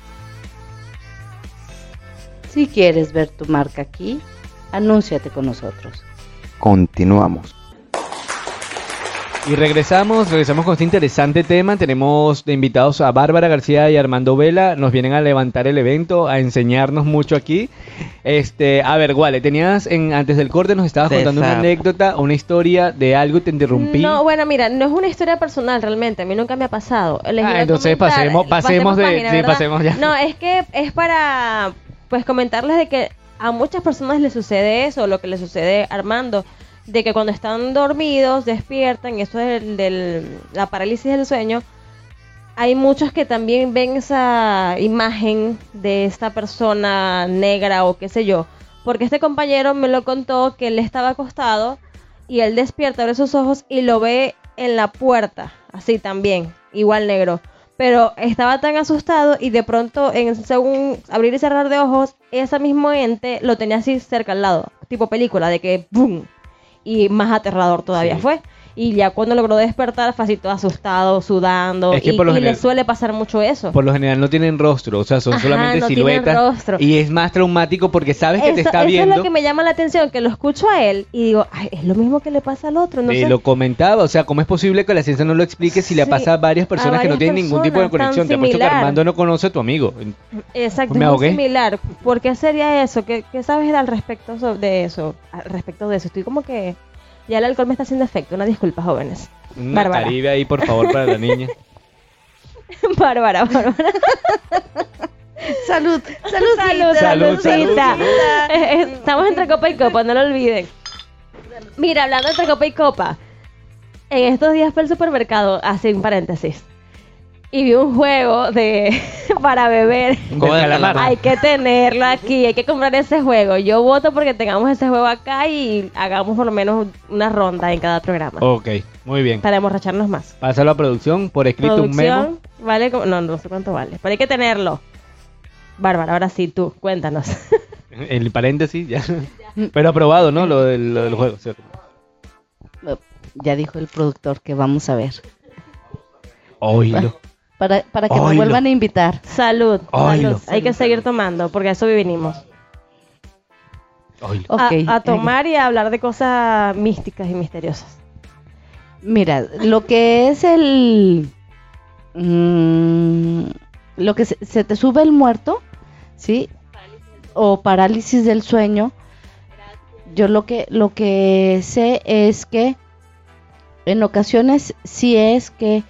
Si quieres ver tu marca aquí, anúnciate con nosotros. Continuamos. Y regresamos con este interesante tema. Tenemos de invitados a Bárbara García y Armando Vela. Nos vienen a levantar el evento, a enseñarnos mucho aquí. A ver, Guale, tenías antes del corte nos estabas contando una anécdota, una historia de algo y te interrumpí. No, bueno, mira, no es una historia personal realmente, a mí nunca me ha pasado. Entonces pasemos ya. No, es que es para pues comentarles de que a muchas personas les sucede eso, lo que le sucede a Armando, de que cuando están dormidos, despiertan, y eso es la parálisis del sueño, hay muchos que también ven esa imagen de esta persona negra o qué sé yo, porque este compañero me lo contó que él estaba acostado y él despierta, abre sus ojos y lo ve en la puerta, así también, igual negro, pero estaba tan asustado y de pronto, según abrir y cerrar de ojos, ese mismo ente lo tenía así cerca al lado, tipo película, de que ¡boom! Y más aterrador todavía fue. Y ya cuando logró despertar fue así todo asustado, sudando. Es que y le suele pasar mucho eso. Por lo general no tienen rostro, o sea, son solamente siluetas. Y es más traumático porque sabes que te está viendo. Eso es lo que me llama la atención, que lo escucho a él y digo, ay, es lo mismo que le pasa al otro. No sé. Lo comentaba, o sea, ¿cómo es posible que la ciencia no lo explique si le pasa a varias personas que no tienen ningún tipo de conexión? Te apuesto que Armando no conoce a tu amigo. Exacto, es muy similar. ¿Por qué sería eso? ¿Qué sabes al respecto de eso? Al respecto de eso, estoy como que... Ya el alcohol me está haciendo efecto. Una disculpa, jóvenes. Bárbara. Caribe ahí, por favor, para la niña. Bárbara. Salud. Estamos entre copa y copa, no lo olviden. Mira, hablando entre copa y copa, en estos días fue al supermercado, así un paréntesis, y vi un juego para beber. Hay que tenerlo aquí, hay que comprar ese juego. Yo voto porque tengamos ese juego acá y hagamos por lo menos una ronda en cada programa. Ok, muy bien. Para emborracharnos más. Pásalo a producción, por escrito un memo. Vale, no sé cuánto vale, pero hay que tenerlo. Bárbara, ahora sí, tú, cuéntanos. El paréntesis, ya. Pero aprobado, ¿no? Lo del juego, ¿cierto? Ya dijo el productor que vamos a ver. Oílo. Para que nos vuelvan a invitar. Salud. Hay que seguir tomando, porque a eso vinimos. A tomar y a hablar de cosas místicas y misteriosas. Mira, lo que es lo que se te sube el muerto, ¿sí? O parálisis del sueño. Yo lo que sé es que en ocasiones sí es que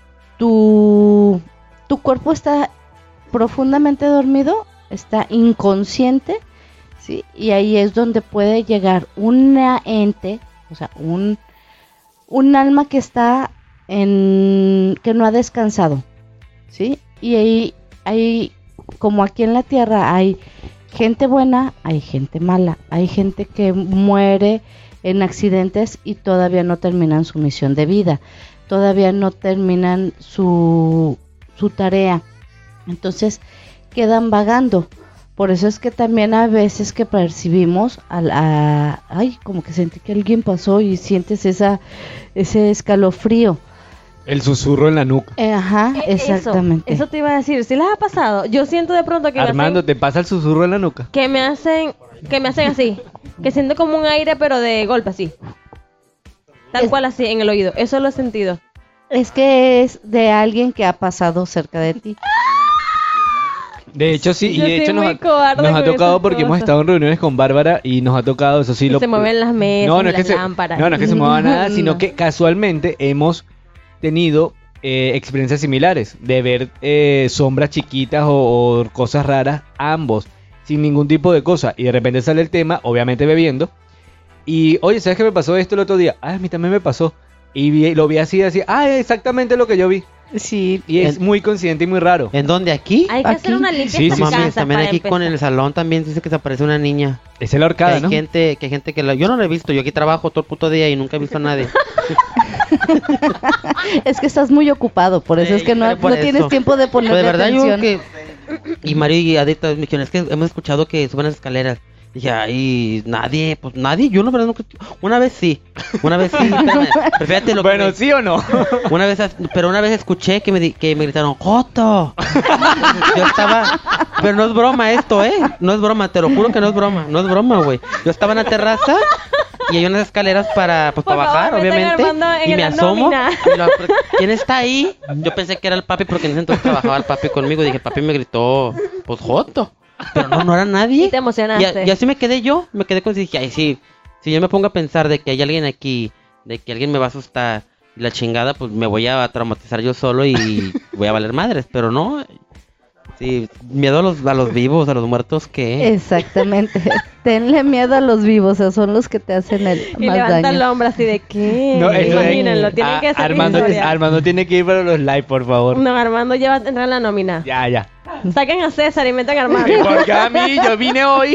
tu cuerpo está profundamente dormido, está inconsciente, ¿sí? Y ahí es donde puede llegar una ente, o sea, un alma que está que no ha descansado, ¿sí? Y ahí, como aquí en la tierra hay gente buena, hay gente mala, hay gente que muere en accidentes y todavía no terminan su misión de vida, todavía no terminan su tarea, entonces quedan vagando. Por eso es que también a veces que percibimos como que sentí que alguien pasó y sientes ese escalofrío. El susurro en la nuca. Ajá, exactamente. Eso te iba a decir, ¿sí les ha pasado? Yo siento de pronto que Armando, ¿te pasa el susurro en la nuca? Que me hacen así, que siento como un aire pero de golpe así. Tal cual así en el oído, eso lo he sentido. Es que es de alguien que ha pasado cerca de ti. De hecho sí, y de hecho nos ha tocado porque hemos estado en reuniones con Bárbara y nos ha tocado, eso sí. Se mueven las mesas, las lámparas. No es que se mueva nada, sino que casualmente hemos tenido experiencias similares de ver sombras chiquitas o cosas raras, ambos, sin ningún tipo de cosa. Y de repente sale el tema, obviamente bebiendo. Y, oye, ¿sabes qué me pasó esto el otro día? A mí también me pasó. Y lo vi así, exactamente lo que yo vi. Sí. Y es muy consciente y muy raro. ¿En dónde? ¿Aquí? Hay que hacer una limpia en casa. También aquí con el salón también dice que se aparece una niña. Es la horcada, ¿no? Hay gente que yo no la he visto, yo aquí trabajo todo el puto día y nunca he visto a nadie. Es que estás muy ocupado, por eso es que no tienes tiempo de poner atención. Y Mario y Adita me dijeron, es que hemos escuchado que suben las escaleras. Dije, ay, nadie, yo la verdad nunca... Una vez sí, espérame, fíjate lo bueno, ¿sí o no? Una vez escuché que me gritaron, ¡Joto! Yo estaba... Pero no es broma esto, no es broma, te lo juro que no es broma, güey. Yo estaba en la terraza y hay unas escaleras para Por bajar, favor, metan a obviamente. Armando en Y me la asomo. nómina. ¿Quién está ahí? Yo pensé que era el papi porque en ese entonces trabajaba el papi conmigo. Dije, el papi me gritó, pues joto. Pero no era nadie. Y te emocionaste. Y así me quedé yo. Me quedé con dije, ay, sí. Si yo me pongo a pensar de que hay alguien aquí, de que alguien me va a asustar y la chingada, pues me voy a traumatizar yo solo y voy a valer madres. Pero no. Sí, miedo a los vivos, a los muertos, ¿qué? Exactamente. Tenle miedo a los vivos, o sea, son los que te hacen el Y más levanta daño. el hombro así de ¿qué? No, Imagínenlo, tienen que hacer Armando tiene que ir para los live, por favor. No, Armando ya va a entrar en la nómina. Ya. Saquen a César y metan a Armando. ¿Y por qué a mí? Yo vine hoy.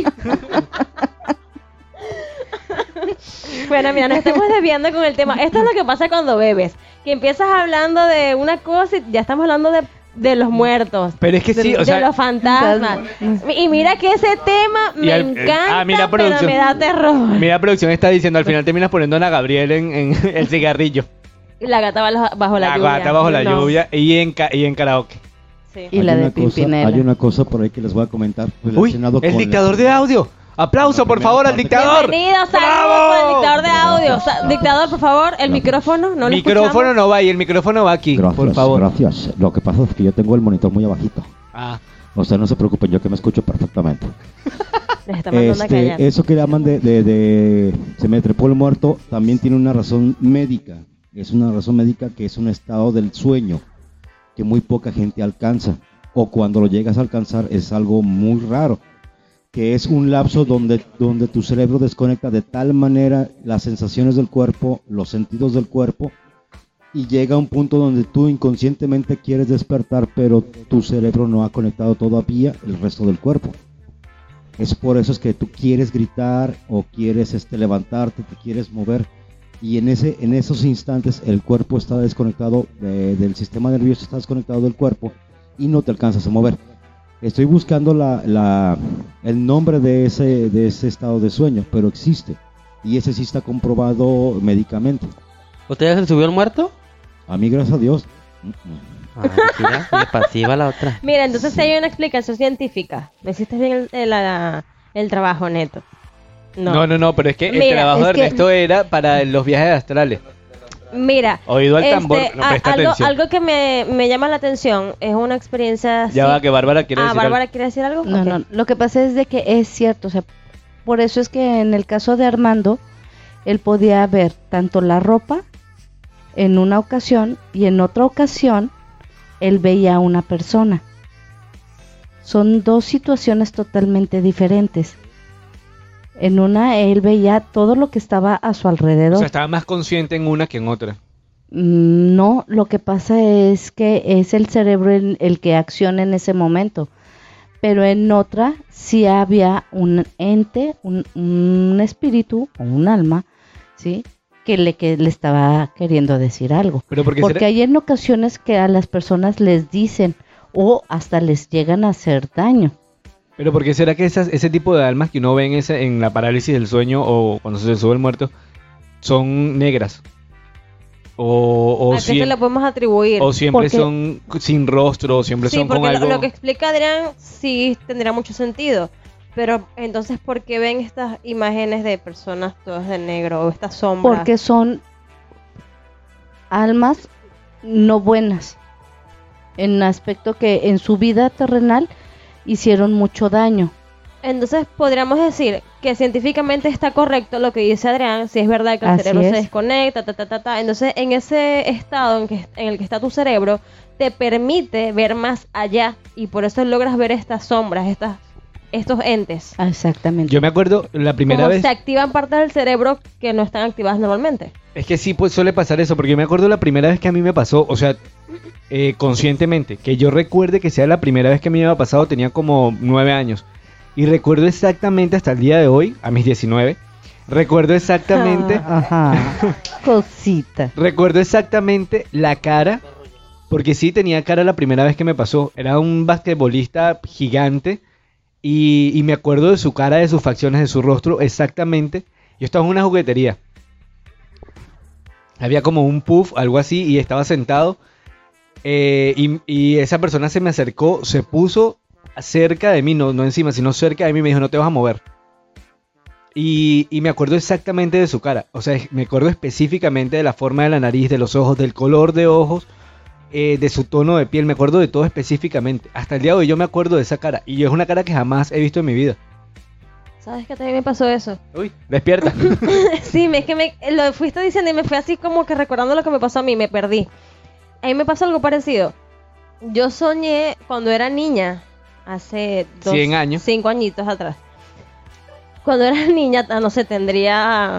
Bueno, mira, nos estamos desviando con el tema. Esto es lo que pasa cuando bebes. Que empiezas hablando de una cosa y ya estamos hablando de los muertos. Pero es que sí, o sea, de los fantasmas. Y mira que ese tema me encanta, mira, pero producción. me da terror. Mira, producción está diciendo, al final terminas poniendo a Ana Gabriel en el cigarrillo. Y la gata bajo la lluvia. Gata bajo la No. lluvia y en karaoke. Sí. Y la Hay de una cosa- Pimpinela. Hay una cosa por ahí que les voy a comentar Uy, relacionado el con dictador de audio. Aplauso, la por primera favor, al parte. dictador. Bienvenido, saludos por el dictador de audio. Dictador, por favor, el micrófono. No lo Micrófono escuchamos. no va y el micrófono va aquí, Gracias, por favor. gracias. Lo que pasa es que yo tengo el monitor muy abajito. Ah, O sea, no se preocupen, yo que me escucho perfectamente. Les está mandando a callar. Eso que llaman de se me trepó el muerto también tiene una razón médica. Es una razón médica que es un estado del sueño que muy poca gente alcanza. O cuando lo llegas a alcanzar es algo muy raro. Que es un lapso donde tu cerebro desconecta de tal manera las sensaciones del cuerpo, los sentidos del cuerpo, y llega a un punto donde tú inconscientemente quieres despertar, pero tu cerebro no ha conectado todavía el resto del cuerpo. Es por eso es que tú quieres gritar o quieres levantarte, te quieres mover, y en esos instantes el cuerpo está desconectado del sistema nervioso, está desconectado del cuerpo y no te alcanzas a mover. Estoy buscando el nombre de ese estado de sueño, pero existe. Y ese sí está comprobado médicamente. ¿Usted ya se subió el muerto? A mí, gracias a Dios. Ah, mira, y pasiva la otra. Mira, entonces si hay una explicación científica. Me hiciste bien el trabajo, Neto. No, pero es que el Mira, trabajo de es que- Ernesto era para los viajes astrales. Mira, Oído al tambor, no presta atención. algo que me llama la atención es una experiencia así. Ya va, que Bárbara quiere decir Bárbara algo. quiere decir algo. No, Ok. no, lo que pasa es de que es cierto, o sea, por eso es que en el caso de Armando, él podía ver tanto la ropa en una ocasión y en otra ocasión él veía a una persona. Son dos situaciones totalmente diferentes. En una él veía todo lo que estaba a su alrededor. O sea, estaba más consciente en una que en otra. No, lo que pasa es que es el cerebro el que acciona en ese momento. Pero en otra sí había un ente, un espíritu o un alma, ¿sí? Que le estaba queriendo decir algo. Pero porque Porque hay en ocasiones que a las personas les dicen o hasta les llegan a hacer daño. Pero ¿por qué será que ese tipo de almas que uno ve en la parálisis del sueño o cuando se sube el muerto son negras? O ¿A qué se le podemos atribuir? siempre Porque- son sin rostro, o siempre Sí, son con porque algo. lo que explica Adrián sí tendría mucho sentido. Pero entonces, ¿por qué ven estas imágenes de personas todas de negro o estas sombras? Porque son almas no buenas. En aspecto que en su vida terrenal hicieron mucho daño. Entonces podríamos decir que científicamente está correcto lo que dice Adrián, si es verdad que el Así cerebro se es. desconecta, Entonces en ese estado en el que está tu cerebro, te permite ver más allá y por eso logras ver estas sombras, estos entes. Exactamente. Yo me acuerdo la primera Como vez. se activan partes del cerebro que no están activadas normalmente. Es que sí, pues suele pasar eso, porque yo me acuerdo la primera vez que a mí me pasó, o sea, conscientemente, que yo recuerde que sea la primera vez que a mí me había pasado, tenía como 9 años. Y recuerdo exactamente hasta el día de hoy, a mis 19, recuerdo exactamente, Ajá. Cosita. recuerdo exactamente la cara, porque sí tenía cara la primera vez que me pasó. Era un basquetbolista gigante y me acuerdo de su cara, de sus facciones, de su rostro, exactamente. Yo estaba en una juguetería. Había como un puff, algo así, y estaba sentado. Y esa persona se me acercó, se puso cerca de mí, no encima, sino cerca de mí, me dijo, no te vas a mover. y me acuerdo exactamente de su cara. O sea, me acuerdo específicamente de la forma de la nariz, de los ojos, del color de ojos, de su tono de piel. Me acuerdo de todo específicamente. Hasta el día de hoy yo me acuerdo de esa cara. Y es una cara que jamás he visto en mi vida. ¿Sabes que también me pasó eso? Uy, despierta. Sí, es que lo fuiste diciendo y me fui así como que recordando lo que me pasó a mí, me perdí. A mí me pasó algo parecido. Yo soñé cuando era niña, hace 100 años. 5 añitos atrás. Cuando era niña, no sé, tendría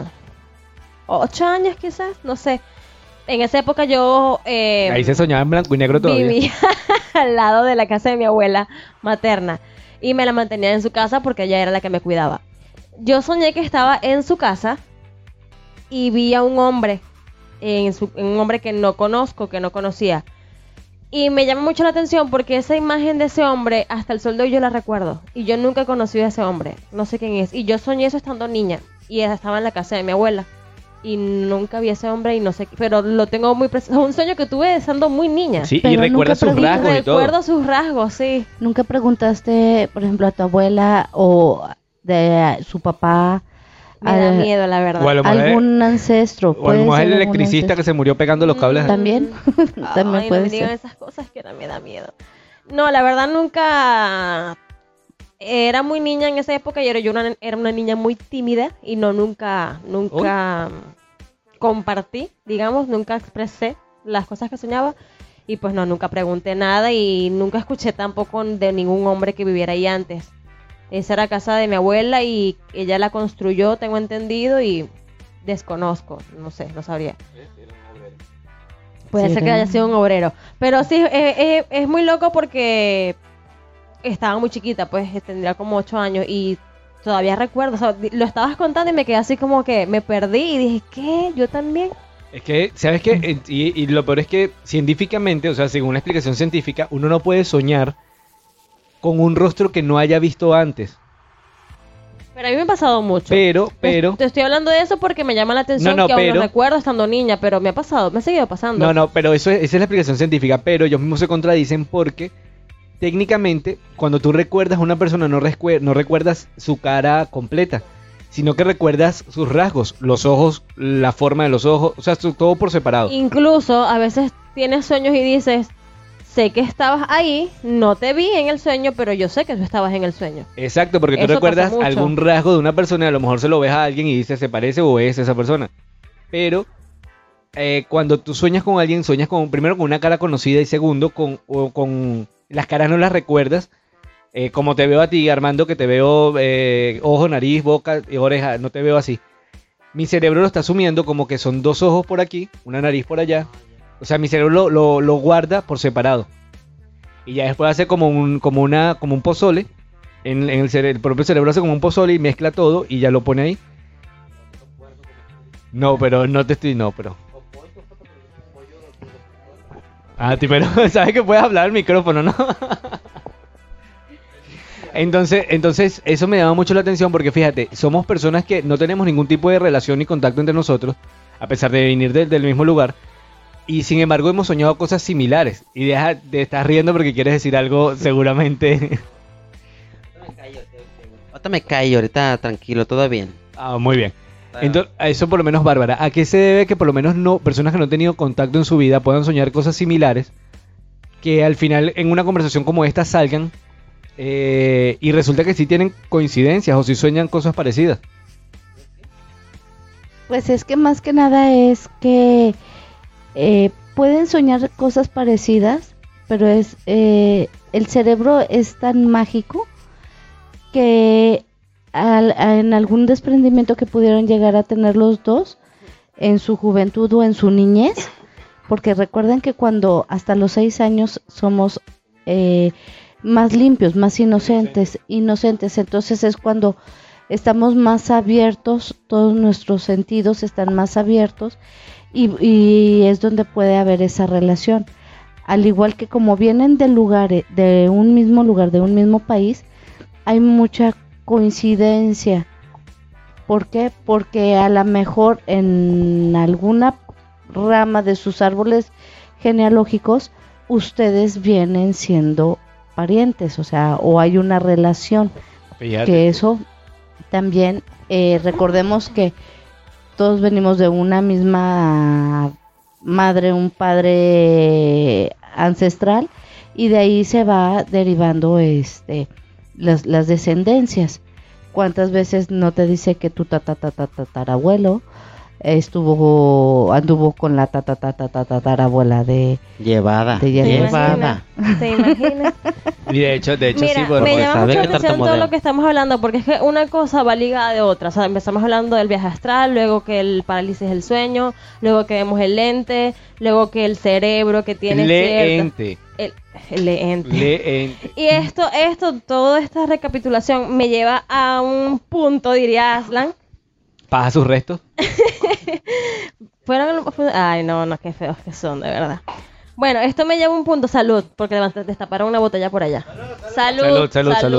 8 años quizás, no sé. En esa época yo Ahí se soñaba en blanco y negro todavía. vivía al lado de la casa de mi abuela materna. Y me la mantenía en su casa porque ella era la que me cuidaba. Yo soñé que estaba en su casa y vi a un hombre, un hombre que no conozco, que no conocía. Y me llama mucho la atención porque esa imagen de ese hombre, hasta el sol de hoy yo la recuerdo. Y yo nunca he conocido a ese hombre, no sé quién es. Y yo soñé eso estando niña y estaba en la casa de mi abuela. Y nunca vi a ese hombre y no sé, pero lo tengo muy presente. Es un sueño que tuve estando muy niña. Sí, y Pero recuerda nunca sus rasgos y todo. Recuerdo sus rasgos, sí. ¿Nunca preguntaste, por ejemplo, a tu abuela o de su papá? Me da miedo, la verdad. O a lo mejor ¿Algún ancestro? O a lo puede mejor ser el algún electricista ancestro. que se murió pegando los cables. ¿También? También Ay, puede no me digan ser. esas cosas que me da miedo. No, la verdad nunca... Era muy niña en esa época y era una niña muy tímida y nunca compartí, digamos, nunca expresé las cosas que soñaba y pues no, nunca pregunté nada y nunca escuché tampoco de ningún hombre que viviera ahí antes. Esa era casa de mi abuela y ella la construyó, tengo entendido, y desconozco, no sé, no sabría. Puede ser que haya sido un obrero. Pero sí, es muy loco porque estaba muy chiquita, pues tendría como 8 años y todavía recuerdo, o sea, lo estabas contando y me quedé así como que me perdí y dije, ¿qué? ¿Yo también? Es que, ¿sabes qué? Y lo peor es que científicamente, o sea, según una explicación científica, uno no puede soñar con un rostro que no haya visto antes. Pero a mí me ha pasado mucho. Pero... Te estoy hablando de eso porque me llama la atención que aún lo recuerdo estando niña, pero me ha seguido pasando. No, pero esa es la explicación científica, pero ellos mismos se contradicen porque técnicamente cuando tú recuerdas a una persona no recuerdas su cara completa, sino que recuerdas sus rasgos, los ojos, la forma de los ojos, o sea, todo por separado. Incluso a veces tienes sueños y dices, sé que estabas ahí, no te vi en el sueño, pero yo sé que tú estabas en el sueño. Exacto, porque tú Eso recuerdas pasa mucho. algún rasgo de una persona y a lo mejor se lo ves a alguien y dices, se parece o es esa persona. Pero cuando tú sueñas con alguien, sueñas primero con una cara conocida y segundo con las caras no las recuerdas. Como te veo a ti, Armando, que te veo ojo, nariz, boca y oreja, no te veo así. Mi cerebro lo está asumiendo como que son 2 ojos por aquí, una nariz por allá. O sea, mi cerebro lo guarda por separado. Y ya después hace como un pozole. El propio cerebro hace como un pozole y mezcla todo y ya lo pone ahí. No, pero no te estoy... No, pero... Ah, pero sabes que puedes hablar al micrófono, ¿no? Entonces, eso me llama mucho la atención porque fíjate, somos personas que no tenemos ningún tipo de relación ni contacto entre nosotros, a pesar de venir del mismo lugar, y sin embargo hemos soñado cosas similares. Y deja de estar riendo porque quieres decir algo seguramente. Ahorita me callo, ahorita tranquilo, todo bien. Ah, muy bien. Entonces, a eso por lo menos, Bárbara, ¿a qué se debe que por lo menos personas que no han tenido contacto en su vida puedan soñar cosas similares, que al final en una conversación como esta salgan y resulta que sí tienen coincidencias o sí sueñan cosas parecidas? Pues es que más que nada es que pueden soñar cosas parecidas, pero el cerebro es tan mágico que en algún desprendimiento que pudieron llegar a tener los dos en su juventud o en su niñez, porque recuerden que cuando hasta los 6 años somos más limpios, más inocentes, entonces es cuando estamos más abiertos, todos nuestros sentidos están más abiertos y es donde puede haber esa relación. Al igual que como vienen de un mismo lugar, de un mismo país, hay mucha coincidencia. ¿Por qué? Porque a lo mejor en alguna rama de sus árboles genealógicos ustedes vienen siendo parientes, o sea, o hay una relación. Fíjate. Que eso también recordemos que todos venimos de una misma madre, un padre ancestral, y de ahí se va derivando las descendencias. ¿Cuántas veces no te dice que tu tatarabuelo anduvo con la tatarabuela de Llevada. ¿Te Llevada. ¿Te imaginas? Y de hecho Mira, sí, bueno, me llama sabe mucho la que atención todo tartamudea. lo que estamos hablando, porque es que una cosa va ligada de otra. O sea, empezamos hablando del viaje astral, luego que el parálisis del sueño, luego que vemos el lente, luego que el cerebro que tiene leente. el leente. Leente. Y toda esta recapitulación me lleva a un punto, diría Aslan. ¿Pasa sus restos? Ay, no, qué feos que son, de verdad. Bueno, esto me lleva a un punto, salud, porque destaparon una botella por allá. Salud.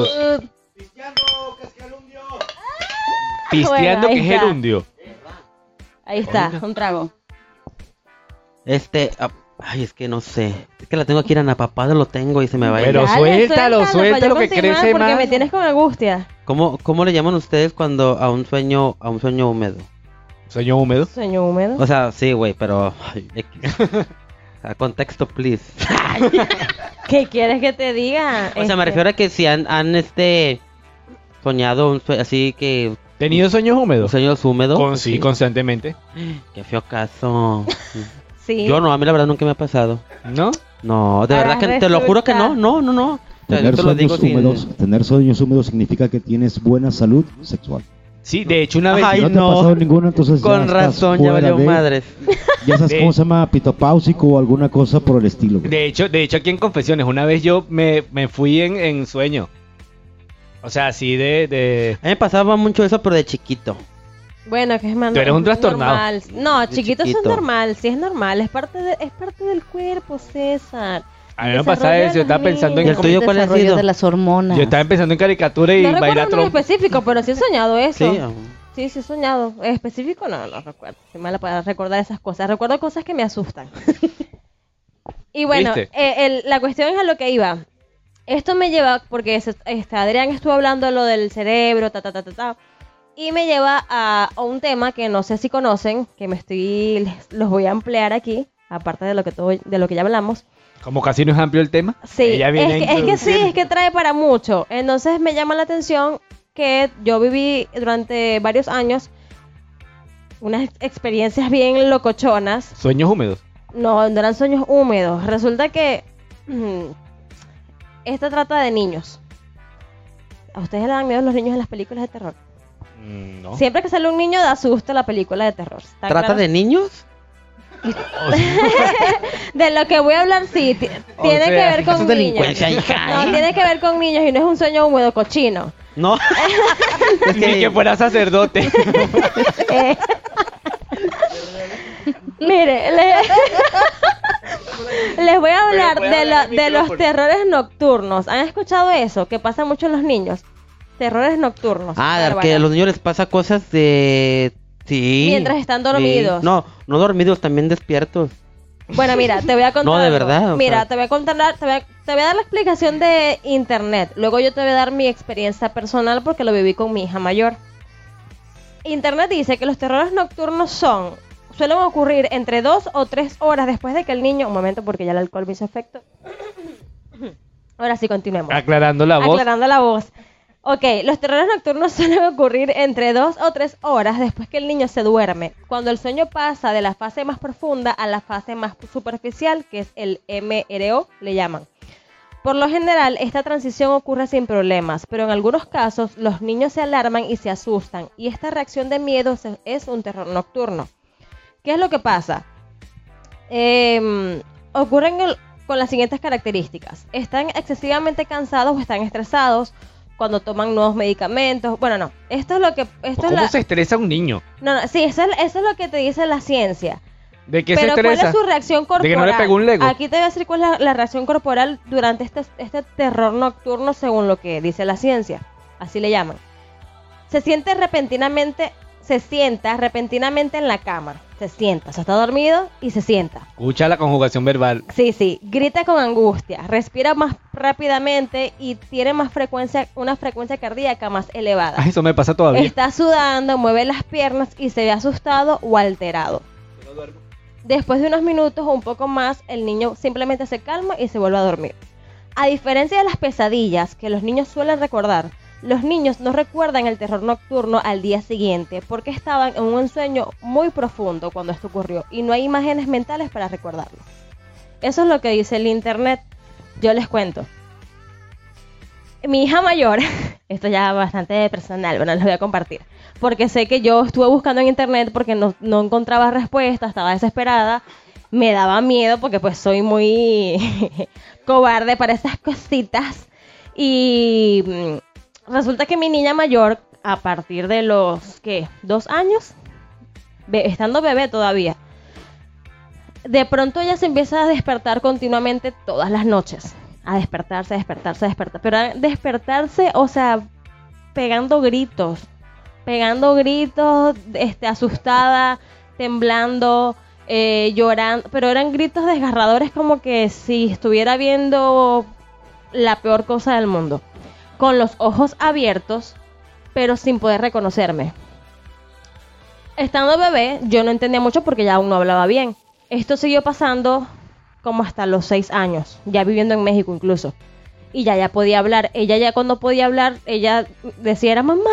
Pisteando Bueno, ahí que es está. gerundio. Ahí está, un trago. Ay, es que no sé. Es que la tengo aquí en Anapapada, lo tengo y se me va a ir. Pero Dale, suéltalo para que yo continuar, crece porque más. me tienes con angustia. ¿Cómo le llaman ustedes cuando a un sueño húmedo? ¿Sueño húmedo? Sueño húmedo. O sea, sí, güey, pero a contexto, please. ¿Qué quieres que te diga? O sea, me refiero a que si han soñado así que ¿Tenido sueños húmedos? sueños húmedos. Sí, constantemente. Qué feo caso. Sí. Yo no, a mí la verdad nunca me ha pasado. ¿No? No, de Ahora verdad que te lo juro que resulta- no. O sea, yo Tener te lo digo tener sueños húmedos significa que tienes buena salud sexual. Sí, de hecho una vez... Ay, Si no te no. ha pasado ninguno, entonces Con ya estás razón, ya fuera valió de- madres. Ya sabes De- cómo se llama, pitopáusico o alguna cosa por el estilo. güey. De hecho aquí en Confesiones, una vez yo me fui en sueño. O sea, así de... A mí me pasaba mucho eso, pero de chiquito. Bueno, que es más Tú eres un trastornado. normal. No, De chiquito eso es chiquito. normal, sí es normal, es parte del cuerpo, César. A mí me pasaba eso, yo estaba pensando ¿Y en... el tuyo cuál ha desarrollo sido? de las hormonas. Yo estaba pensando en caricatura y No recuerdo bailar uno en trompa. específico, pero sí he soñado eso. Sí. Sí, he soñado. ¿Específico? No recuerdo. Soy mala para recordar esas cosas. Recuerdo cosas que me asustan. Y bueno, ¿Viste? la cuestión es a lo que iba. Esto me lleva, porque Adrián estuvo hablando de lo del cerebro, y me lleva a un tema que no sé si conocen, que los voy a ampliar aquí, aparte de lo que ya hablamos. Como casi no es amplio el tema. Sí, ella viene a es que sí, introducir. es que trae para mucho. Entonces me llama la atención que yo viví durante varios años unas experiencias bien locochonas. Sueños húmedos. No eran sueños húmedos. Resulta que esta trata de niños. ¿A ustedes le dan miedo los niños en las películas de terror? No. Siempre que sale un niño da susto la película de terror. ¿Está ¿Trata claro? de niños? De lo que voy a hablar, sí. Tiene que ver eso con es niños. delincuencia, hija, No, ¿eh? tiene que ver con niños y no es un sueño húmedo cochino. No. Es Ni que fuera sacerdote. Mire, les voy a hablar Pero puede hablar al de los micrófono. terrores nocturnos. ¿Han escuchado eso? Que pasa mucho en los niños. Terrores nocturnos. Ah, Bárbara. que a los niños les pasa cosas de... Sí. Mientras están Sí. dormidos. No dormidos, también despiertos. Bueno, mira, te voy a contar. No, de algo. verdad, o Mira, sea. te voy a dar la explicación de internet. Luego yo te voy a dar mi experiencia personal porque lo viví con mi hija mayor. Internet dice que los terrores nocturnos suelen ocurrir entre 2 o 3 horas después de que el niño... Un momento, porque ya el alcohol me hizo efecto. Ahora sí, continuemos. Aclarando la voz. Aclarando la voz. Ok, los terrores nocturnos suelen ocurrir entre 2 o 3 horas después que el niño se duerme, cuando el sueño pasa de la fase más profunda a la fase más superficial, que es el MRO, le llaman. Por lo general, esta transición ocurre sin problemas, pero en algunos casos los niños se alarman y se asustan, y esta reacción de miedo es un terror nocturno. ¿Qué es lo que pasa? Ocurren con las siguientes características. Están excesivamente cansados o están estresados cuando toman nuevos medicamentos. Bueno, no. Esto es lo que... ¿Cómo se estresa un niño? No, sí, eso es lo que te dice la ciencia. ¿De qué Pero se ¿cuál estresa? es su reacción corporal? ¿De que no le pegó un Lego? Aquí te voy a decir cuál es la reacción corporal durante este terror nocturno según lo que dice la ciencia. Así le llaman. Se sienta repentinamente en la cama. se sienta, o sea, está dormido y se sienta. Escucha la conjugación verbal. Sí, grita con angustia, respira más rápidamente y tiene una frecuencia cardíaca más elevada. Ay, eso me pasa todavía. Está sudando, mueve las piernas y se ve asustado o alterado. Después de unos minutos o un poco más, el niño simplemente se calma y se vuelve a dormir. A diferencia de las pesadillas que los niños suelen recordar, los niños no recuerdan el terror nocturno al día siguiente porque estaban en un sueño muy profundo cuando esto ocurrió y no hay imágenes mentales para recordarlo. Eso es lo que dice el internet. Yo les cuento. Mi hija mayor, esto ya es bastante personal, bueno, les voy a compartir, porque sé que yo estuve buscando en internet porque no encontraba respuesta, estaba desesperada, me daba miedo porque pues soy muy cobarde para esas cositas y resulta que mi niña mayor, a partir de los, 2 años, estando bebé todavía, de pronto ella se empieza a despertar continuamente todas las noches. A despertarse, pero a despertarse, o sea, pegando gritos, asustada, temblando, llorando, pero eran gritos desgarradores como que si estuviera viendo la peor cosa del mundo, con los ojos abiertos, pero sin poder reconocerme. Estando bebé, yo no entendía mucho porque ya aún no hablaba bien. Esto siguió pasando como hasta los 6 años, ya viviendo en México incluso. Y ya podía hablar. Ella ya cuando podía hablar, ella decía era mamá.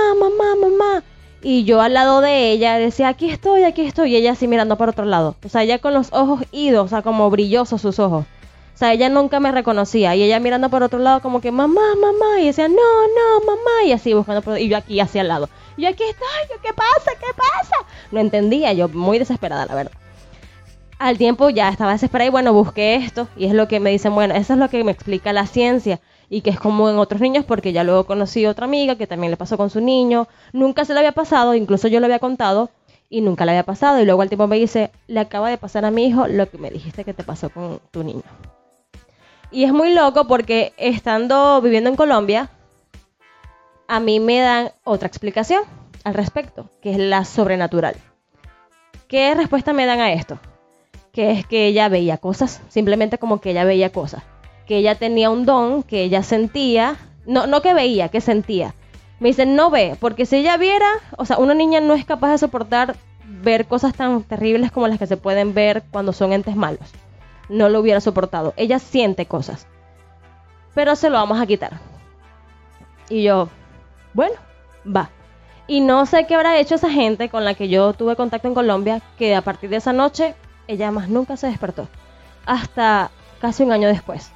Y yo al lado de ella decía aquí estoy. Y ella así mirando para otro lado. O sea, ella con los ojos idos, o sea, como brillosos sus ojos. O sea, ella nunca me reconocía. Y ella mirando para otro lado como que mamá. Y decía no, mamá. Y así buscando. Y yo aquí hacia al lado. Y yo aquí estoy. ¿Qué pasa? No entendía. Yo muy desesperada, la verdad. Al tiempo ya estaba desesperada y bueno, busqué esto y es lo que me dicen, bueno, eso es lo que me explica la ciencia y que es común en otros niños porque ya luego conocí a otra amiga que también le pasó con su niño, nunca se le había pasado, incluso yo lo había contado y nunca le había pasado y luego al tiempo me dice, le acaba de pasar a mi hijo lo que me dijiste que te pasó con tu niño. Y es muy loco porque viviendo en Colombia, a mí me dan otra explicación al respecto, que es la sobrenatural. ¿Qué respuesta me dan a esto? Que es que ella veía cosas, simplemente como que ella veía cosas, que ella tenía un don, que ella sentía, no que veía, que sentía. Me dicen, no ve, porque si ella viera, o sea, una niña no es capaz de soportar ver cosas tan terribles como las que se pueden ver cuando son entes malos. No lo hubiera soportado. Ella siente cosas, pero se lo vamos a quitar. Y yo, bueno, va. Y no sé qué habrá hecho esa gente con la que yo tuve contacto en Colombia, que a partir de esa noche ella más nunca se despertó, hasta casi un año después.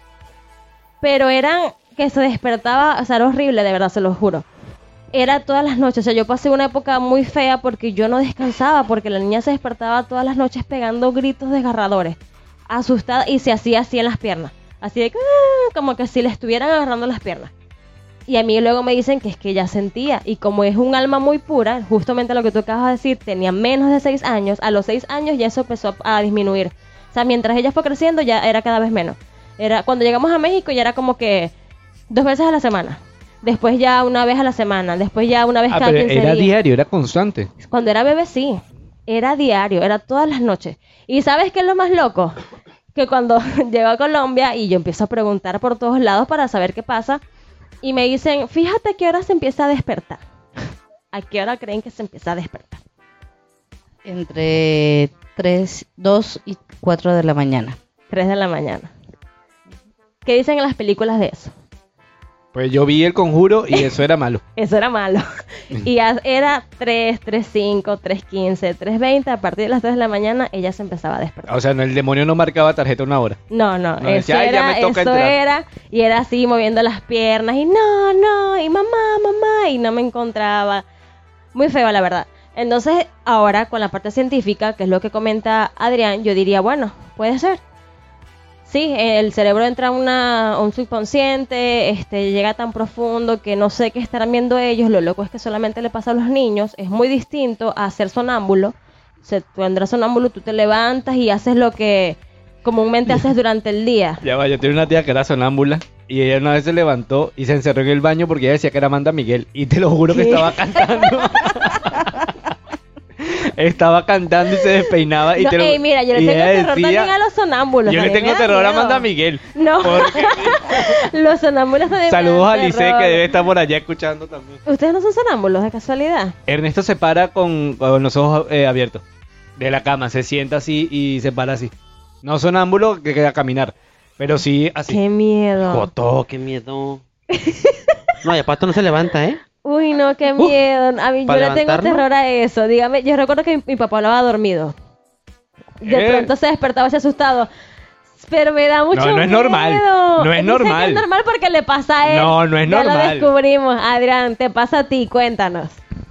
Pero eran que se despertaba, o sea, era horrible, de verdad, se lo juro. Era todas las noches, o sea, yo pasé una época muy fea porque yo no descansaba, porque la niña se despertaba todas las noches pegando gritos desgarradores, asustada y se hacía así en las piernas, así de como que si le estuvieran agarrando las piernas. Y a mí luego me dicen que es que ella sentía, y como es un alma muy pura, justamente lo que tú acabas de decir, tenía menos de 6 años, a los 6 años ya eso empezó a disminuir. O sea, mientras ella fue creciendo ya era cada vez menos. Cuando llegamos a México ya era como que 2 veces a la semana, después ya 1 vez a la semana, después ya 1 vez cada 15 días. Era diario, era constante. Cuando era bebé sí, era diario, era todas las noches. ¿Y sabes qué es lo más loco? Que cuando llego a Colombia y yo empiezo a preguntar por todos lados para saber qué pasa, y me dicen, fíjate a qué hora se empieza a despertar. ¿A qué hora creen que se empieza a despertar? Entre 2 y 4 de la mañana. 3 de la mañana. ¿Qué dicen en las películas de eso? Pues yo vi El Conjuro y eso era malo. Eso era malo. Y era 3, 3:05, 3:15, 3:20. A partir de las 3 de la mañana ella se empezaba a despertar. O sea, el demonio no marcaba tarjeta 1 hora. No, eso decía, eso era. Y era así moviendo las piernas y y mamá, y no me encontraba. Muy feo, la verdad. Entonces, ahora con la parte científica, que es lo que comenta Adrián, yo diría, bueno, puede ser. Sí, el cerebro entra a un subconsciente, llega tan profundo que no sé qué estarán viendo ellos. Lo loco es que solamente le pasa a los niños. Es muy distinto a ser sonámbulo. Tú andrás sonámbulo, tú te levantas y haces lo que comúnmente haces durante el día. Ya va, yo tenía una tía que era sonámbula y ella una vez se levantó y se encerró en el baño porque ella decía que era Amanda Miguel. Y te lo juro que estaba cantando. estaba cantando y se despeinaba y No, ey, mira, yo le y tengo ella terror también a los sonámbulos. yo le a mí me tengo da terror a miedo. Amanda Miguel. No, Porque- los sonámbulos también me Saludos a dan Lice terror. que debe estar por allá escuchando también. ¿Ustedes no son sonámbulos de casualidad? Ernesto se para con los ojos abiertos de la cama, se sienta así y se para así. No sonámbulo que queda a caminar, pero sí así. Qué miedo. Joto, qué miedo. No, y aparte no se levanta, ¿eh? Uy, no, qué miedo. A mí yo ¿para le tengo levantarlo? terror a eso. Dígame, yo recuerdo que mi papá hablaba dormido. De pronto se despertaba así asustado. Pero me da mucho No, no es miedo. normal. No es Dice normal. que es normal porque le pasa a él. No, no es Ya normal. lo descubrimos. Adrián, te pasa a ti, cuéntanos.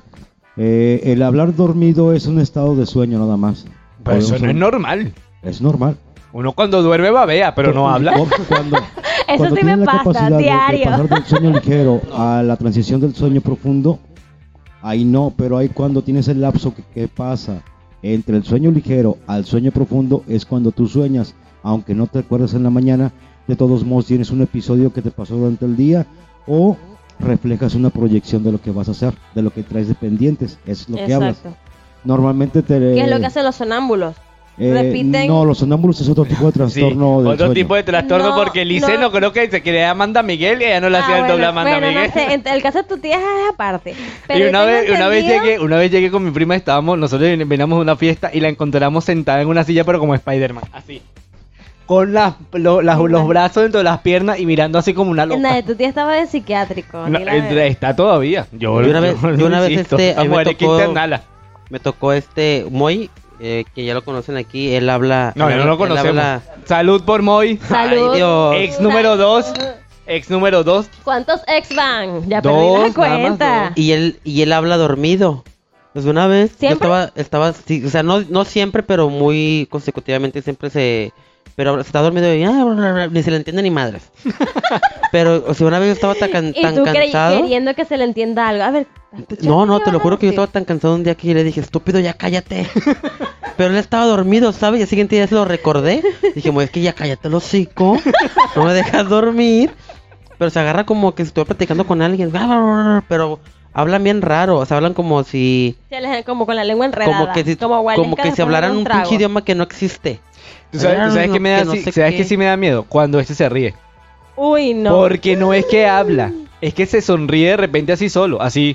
El hablar dormido es un estado de sueño nada más. Pero eso Podemos- no es normal. Es normal. Uno cuando duerme babea, pero no habla. Cuando, Eso cuando sí me tienes la pasa, capacidad de diario. pasar del sueño ligero a la transición del sueño profundo, ahí no, pero ahí cuando tienes el lapso que pasa entre el sueño ligero al sueño profundo es cuando tú sueñas, aunque no te acuerdes en la mañana, de todos modos tienes un episodio que te pasó durante el día o reflejas una proyección de lo que vas a hacer, de lo que traes de pendientes, es lo que hablas. Exacto. Normalmente te... ¿Qué es lo que hacen los sonámbulos? Repiten. No, los sonámbulos es otro tipo de Sí, trastorno del otro sueño. tipo de trastorno No, porque Lice no. no creo que se quería a Amanda Miguel y ella no le hacía el doble a Amanda bueno, Miguel. no sé, el caso de tu tía es aparte. Pero Y una tengo vez entendido- llegué con mi prima, nosotros veníamos de una fiesta y la encontramos sentada en una silla pero como Spider-Man, así. Con los brazos dentro de las piernas y mirando así como una loca. Nada, tu tía estaba de psiquiátrico. No, ni la verdad. está todavía. Yo una vez, insisto, a esa mí mujer hay que internarla. me tocó Moy, que ya lo conocen aquí, él habla... No, no lo él conocemos. habla- Salud por Moy. Salud. Ay, Dios. Ex número 2. Ex número 2. ¿Cuántos ex van? Ya Dos, perdí la nada más cuenta. dos. Y él habla dormido. Pues una vez ¿Siempre? yo estaba sí, o sea, no siempre, pero muy consecutivamente siempre pero se está dormido y ni se le entiende ni madres. Pero o sea, una vez yo estaba tan Y tú cansado. queriendo que se le entienda algo. A ver. No, te lo juro que yo estaba tan cansado un día que yo le dije, estúpido, ya cállate. Pero él estaba dormido, ¿sabes? Y al siguiente día se lo recordé. Dije, es que ya cállate el hocico. No me dejas dormir. Pero se agarra como que estoy platicando con alguien. Pero hablan bien raro. O sea, hablan como si... Como con la lengua enredada. Como que si, como Walenka como que después si hablaran de un trago. pinche idioma que no existe. ¿Tú sabes No, qué me da que no sé ¿sabes qué. qué sí me da miedo? Cuando este se ríe. Uy, no. Porque no es que habla, es que se sonríe de repente así solo, así.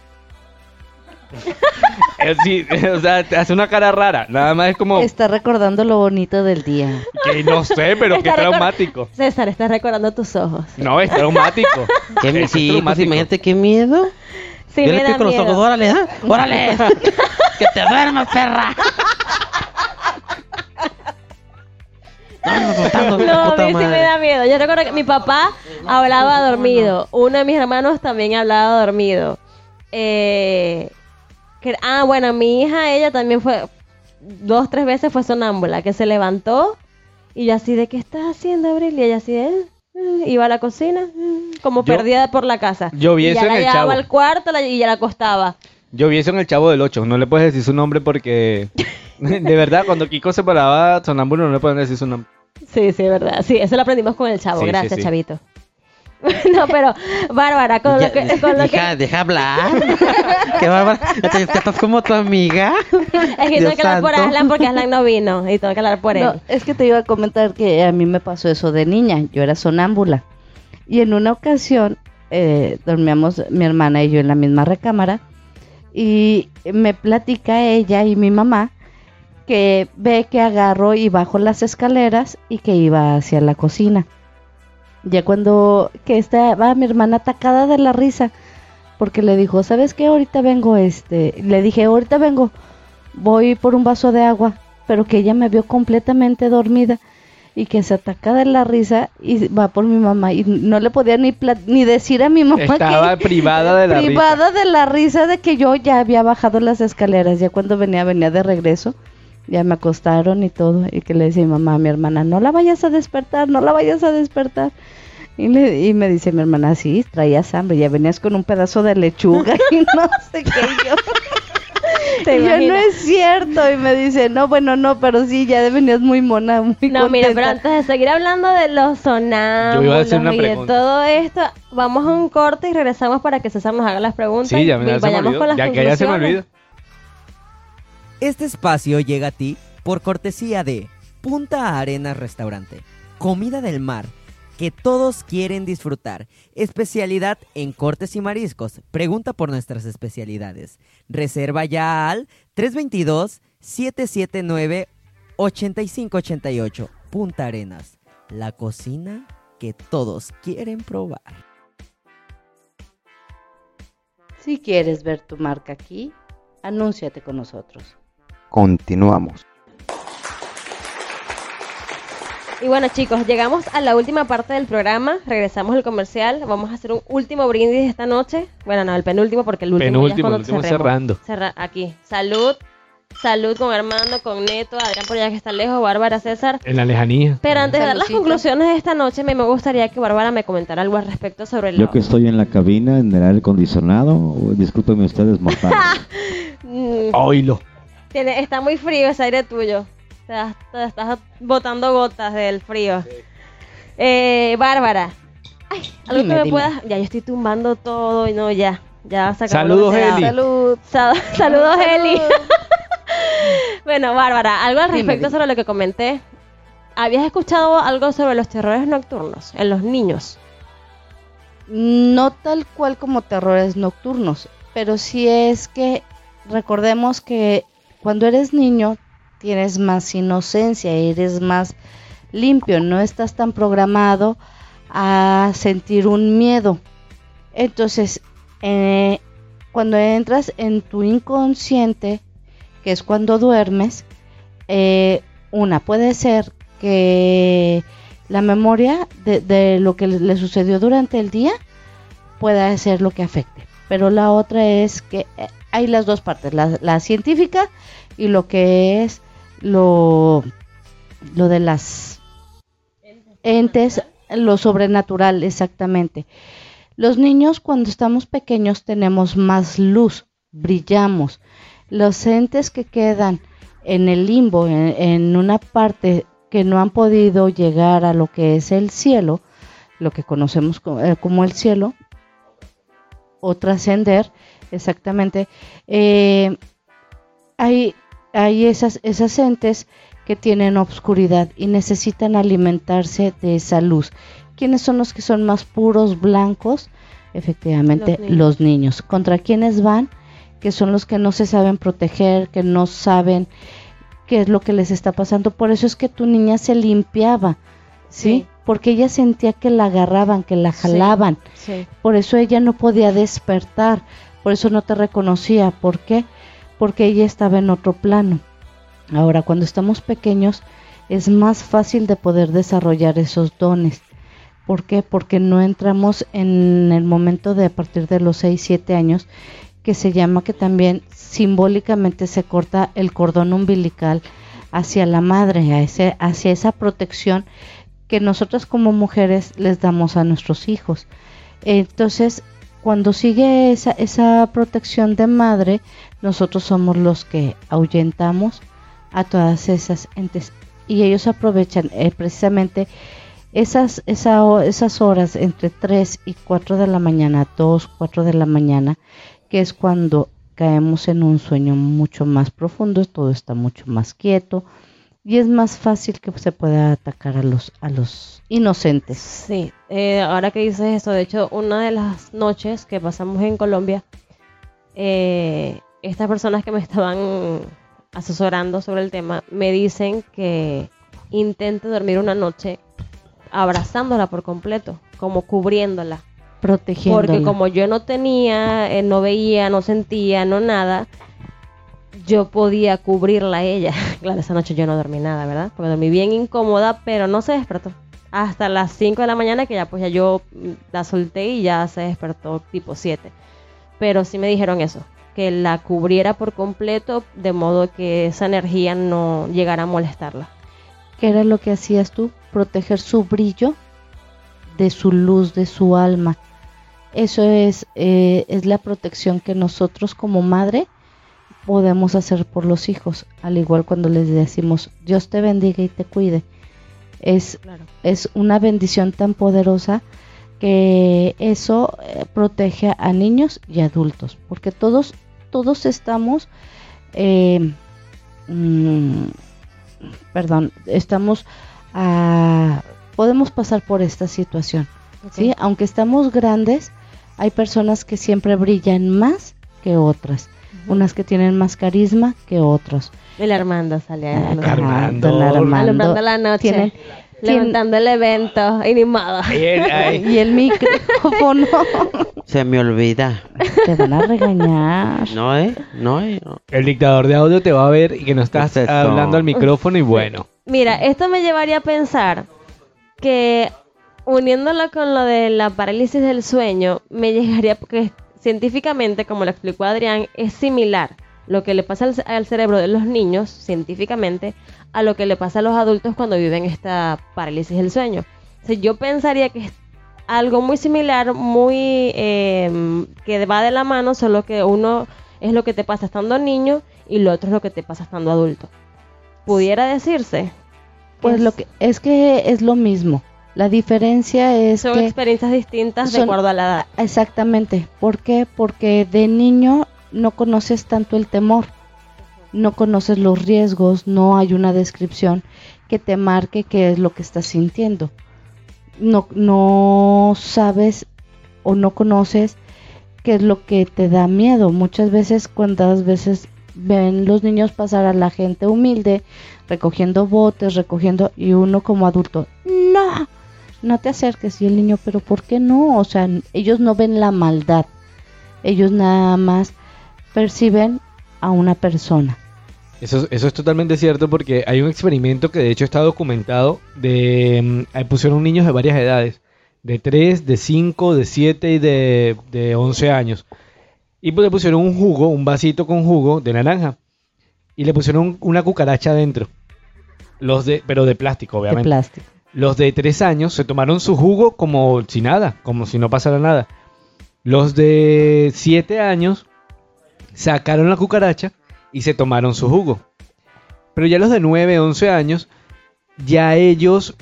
Sí, o sea, hace una cara rara, nada más es como Está recordando lo bonito del día. que no sé, pero qué Está traumático. César, estás recordando tus ojos. No, es traumático. ¿Qué Eso es sí, pues traumático. imagínate qué miedo. Sí, Yo me le da pico los miedo. ojos, órale, ¿ah? ¡Órale! ¡Que te duermas, perra! No, a mí sí me da miedo. Yo recuerdo que mi papá hablaba dormido. Uno de mis hermanos también hablaba dormido. Bueno, mi hija, ella también fue 2, 3 veces fue sonámbula, que se levantó y yo así de, ¿qué estás haciendo, Abril? Y ella así de, iba a la cocina, como Yo- perdida por la casa. yo vi Y eso ya en la el llevaba Chavo. al cuarto y ya la acostaba. Yo vi eso en el Chavo del 8, no le puedes decir su nombre porque de verdad cuando Kiko se paraba sonámbulo no le pueden decir su nombre. Sí, sí, verdad. Sí, eso lo aprendimos con el chavo. Sí, sí, Gracias, sí. chavito. No, pero, Bárbara, con lo que... Deja hablar. Qué bárbara. ¿Que estás como tu amiga? Es que tengo Dios que hablar por santo. Aslan porque Aslan no vino y tengo que hablar por él. No, es que te iba a comentar que a mí me pasó eso de niña. Yo era sonámbula. Y en una ocasión dormíamos mi hermana y yo en la misma recámara. Y me platica ella y mi mamá que ve que agarro y bajo las escaleras y que iba hacia la cocina. Ya cuando que estaba mi hermana atacada de la risa porque le dijo, ¿sabes qué? Ahorita vengo, le dije, ahorita vengo, voy por un vaso de agua, pero que ella me vio completamente dormida y que se ataca de la risa y va por mi mamá y no le podía ni decir a mi mamá Estaba que privada de la risa. privada de la risa de que yo ya había bajado las escaleras. Ya cuando venía de regreso, ya me acostaron y todo, y que le decía mi mamá a mi hermana, no la vayas a despertar, no la vayas a despertar. Y me dice mi hermana, sí, traías hambre, ya venías con un pedazo de lechuga y no sé qué. Y yo, ¿Te y yo, no imaginas? es cierto. Y me dice, no, bueno, no, pero sí, ya venías muy mona, muy No, mira, contenta. pero antes de seguir hablando de los sonámbulos Yo iba a hacer una y de pregunta. todo esto, vamos a un corte y regresamos para que César nos haga las preguntas Sí, ya y se me vayamos olvidó. con las Ya que ya se me conclusiones. olvida. Este espacio llega a ti por cortesía de Punta Arenas Restaurante, comida del mar que todos quieren disfrutar. Especialidad en cortes y mariscos. Pregunta por nuestras especialidades. Reserva ya al 322-779-8588. Punta Arenas, la cocina que todos quieren probar. Si quieres ver tu marca aquí, anúnciate con nosotros. Continuamos. Y bueno, chicos, llegamos a la última parte del programa. Regresamos al comercial. Vamos a hacer un último brindis esta noche. Bueno, no, el penúltimo, porque el último ya es cuando cerrando. Aquí. Salud. Salud con Armando, con Neto, Adrián por allá que está lejos, Bárbara, César. En la lejanía. Pero antes de dar las Saludcito. conclusiones de esta noche, me gustaría que Bárbara me comentara algo al respecto sobre Yo que estoy en la cabina, en el aire acondicionado, discúlpenme ustedes, mortales. Oílo. Está muy frío ese aire tuyo. Te estás botando gotas del frío. Bárbara. Ay, algo Dime, que me dime. puedas... Ya, yo estoy tumbando todo y no, ya. Ya se acabó. Saludos, lo que se Eli. da. Saludos, Eli. Bueno, Bárbara, algo al Dime, respecto dime. sobre lo que comenté. ¿Habías escuchado algo sobre los terrores nocturnos en los niños? No tal cual como terrores nocturnos, pero sí es que recordemos que cuando eres niño tienes más inocencia, eres más limpio, no estás tan programado a sentir un miedo. Entonces, cuando entras en tu inconsciente, que es cuando duermes, puede ser que la memoria de lo que le sucedió durante el día pueda ser lo que afecte. Pero la otra es que hay las dos partes, la científica y lo que es lo de las entes, lo sobrenatural, exactamente. Los niños cuando estamos pequeños tenemos más luz, brillamos. Los entes que quedan en el limbo, en una parte que no han podido llegar a lo que es el cielo, lo que conocemos como el cielo, o trascender, exactamente, hay esas entes que tienen obscuridad y necesitan alimentarse de esa luz. ¿Quiénes son los que son más puros, blancos? Efectivamente, los niños. ¿Contra quiénes van? Que son los que no se saben proteger, que no saben qué es lo que les está pasando. Por eso es que tu niña se limpiaba, ¿sí? Porque ella sentía que la agarraban, que la jalaban. Sí. Por eso ella no podía despertar, por eso no te reconocía. ¿Por qué? Porque ella estaba en otro plano. Ahora, cuando estamos pequeños, es más fácil de poder desarrollar esos dones. ¿Por qué? Porque no entramos en el momento de a partir de los 6, 7 años, que se llama que también simbólicamente se corta el cordón umbilical hacia la madre, hacia esa protección que nosotras como mujeres les damos a nuestros hijos. Entonces, cuando sigue esa protección de madre, nosotros somos los que ahuyentamos a todas esas entes y ellos aprovechan precisamente esas horas entre 3 y 4 de la mañana, 2, 4 de la mañana, que es cuando caemos en un sueño mucho más profundo, todo está mucho más quieto y es más fácil que se pueda atacar a los inocentes. Sí, ahora que dices eso, de hecho, una de las noches que pasamos en Colombia, estas personas que me estaban asesorando sobre el tema me dicen que intente dormir una noche abrazándola por completo, como cubriéndola. Protegiéndola. Porque como yo no tenía, no veía, no sentía, no nada, yo podía cubrirla a ella. Claro, esa noche yo no dormí nada, ¿verdad? Porque dormí bien incómoda, pero no se despertó. Hasta las 5 de la mañana que ya pues ya yo la solté y ya se despertó tipo 7. Pero sí me dijeron eso, que la cubriera por completo de modo que esa energía no llegara a molestarla. ¿Qué era lo que hacías tú? Proteger su brillo de su luz, de su alma. Eso es la protección que nosotros como madre podemos hacer por los hijos, al igual cuando les decimos Dios te bendiga y te cuide. Es una bendición tan poderosa que eso protege a niños y adultos, porque todos estamos podemos pasar por esta situación, ¿sí? Aunque estamos grandes, hay personas que siempre brillan más que otras, unas que tienen más carisma que otros. El Armando sale ahí. Armando. Don Armando. Alumbrando la noche. Levantando el evento animado. Y el micrófono. Se me olvida. Te van a regañar. No. El dictador de audio te va a ver y que no estás ¿Qué es eso? hablando al micrófono y bueno. Mira, esto me llevaría a pensar que uniéndolo con lo de la parálisis del sueño, me llegaría, porque científicamente, como lo explicó Adrián, es similar lo que le pasa al cerebro de los niños, científicamente, a lo que le pasa a los adultos cuando viven esta parálisis del sueño. O sea, yo pensaría que es algo muy similar, muy que va de la mano, solo que uno es lo que te pasa estando niño y lo otro es lo que te pasa estando adulto. ¿Pudiera decirse? Pues lo que es lo mismo. La diferencia es son que experiencias distintas de acuerdo a la edad. Exactamente. ¿Por qué? Porque de niño no conoces tanto el temor, no conoces los riesgos, no hay una descripción que te marque qué es lo que estás sintiendo. No sabes o no conoces qué es lo que te da miedo. Muchas veces, cuántas veces ven los niños pasar a la gente humilde recogiendo botes, y uno como adulto, no te acerques, y el niño, pero ¿por qué no? O sea, ellos no ven la maldad, ellos nada más perciben a una persona. Eso es totalmente cierto, porque hay un experimento que de hecho está documentado pusieron niños de varias edades, de 3, de 5, de 7 y de 11 años. Y pues le pusieron un vasito con jugo de naranja. Y le pusieron una cucaracha adentro. Pero de plástico, obviamente. De plástico. Los de 3 años se tomaron su jugo como si nada, como si no pasara nada. Los de 7 años sacaron la cucaracha y se tomaron su jugo. Pero ya los de 9, 11 años, ya ellos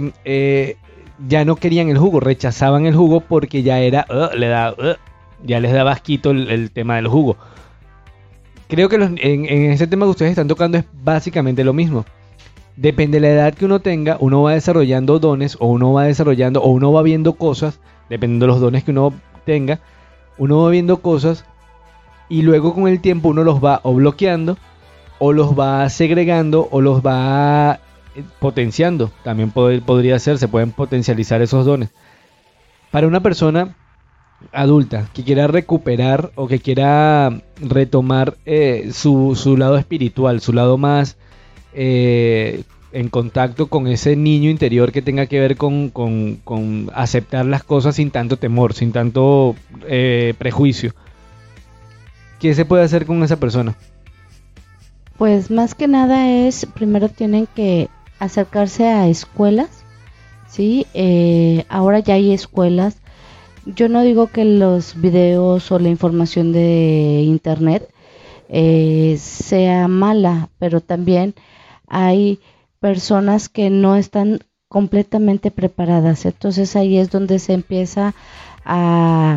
ya no querían el jugo, rechazaban el jugo porque ya era, ya les daba asquito el tema del jugo. Creo que en ese tema que ustedes están tocando es básicamente lo mismo. Depende de la edad que uno tenga, uno va desarrollando dones, o uno va viendo cosas, dependiendo de los dones que uno tenga, uno va viendo cosas y luego con el tiempo uno los va o bloqueando, o los va segregando, o los va potenciando. También podría ser, se pueden potencializar esos dones. Para una persona adulta que quiera recuperar o que quiera retomar su lado espiritual, su lado más en contacto con ese niño interior, que tenga que ver con aceptar las cosas sin tanto temor, sin tanto prejuicio, ¿qué se puede hacer con esa persona? Pues más que nada primero tienen que acercarse a escuelas, ¿sí? Ahora ya hay escuelas. Yo no digo que los videos o la información de internet sea mala, pero también hay personas que no están completamente preparadas. Entonces ahí es donde se empieza a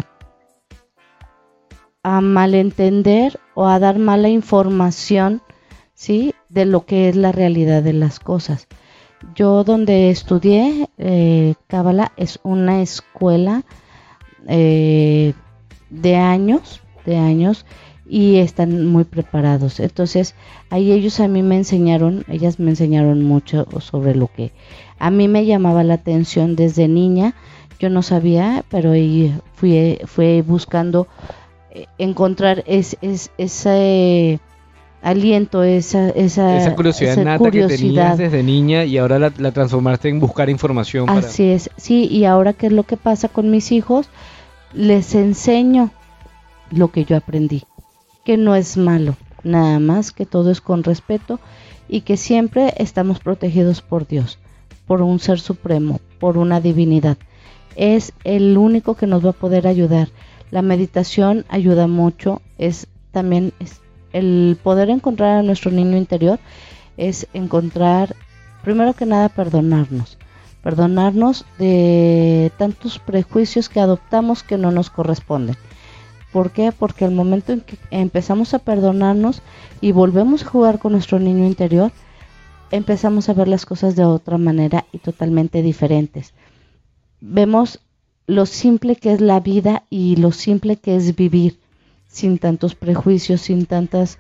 malentender o a dar mala información, ¿sí? De lo que es la realidad de las cosas. Yo donde estudié Cábala es una escuela de años y están muy preparados. Entonces ahí ellas me enseñaron mucho sobre lo que a mí me llamaba la atención desde niña. Yo no sabía, pero ahí fui buscando encontrar ese aliento, esa curiosidad nata que tenías desde niña, y ahora la transformaste en buscar información. Así es, sí. Y ahora, ¿qué es lo que pasa con mis hijos? Les enseño lo que yo aprendí, que no es malo, nada más que todo es con respeto, y que siempre estamos protegidos por Dios, por un ser supremo, por una divinidad. Es el único que nos va a poder ayudar. La meditación ayuda mucho, también el poder encontrar a nuestro niño interior, es encontrar, primero que nada, perdonarnos de tantos prejuicios que adoptamos que no nos corresponden. ¿Por qué? Porque al momento en que empezamos a perdonarnos y volvemos a jugar con nuestro niño interior, empezamos a ver las cosas de otra manera y totalmente diferentes. Vemos lo simple que es la vida y lo simple que es vivir, sin tantos prejuicios, sin tantas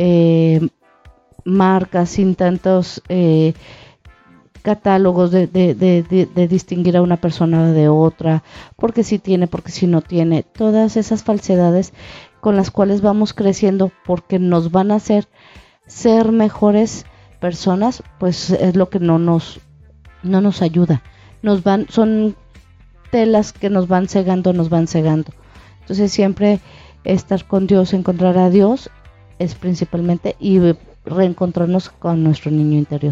marcas, sin tantos catálogos de distinguir a una persona de otra, porque si tiene, porque si no tiene, todas esas falsedades con las cuales vamos creciendo porque nos van a hacer ser mejores personas, pues es lo que no nos ayuda. Son telas que nos van cegando. Entonces siempre estar con Dios, encontrar a Dios es principalmente, y reencontrarnos con nuestro niño interior.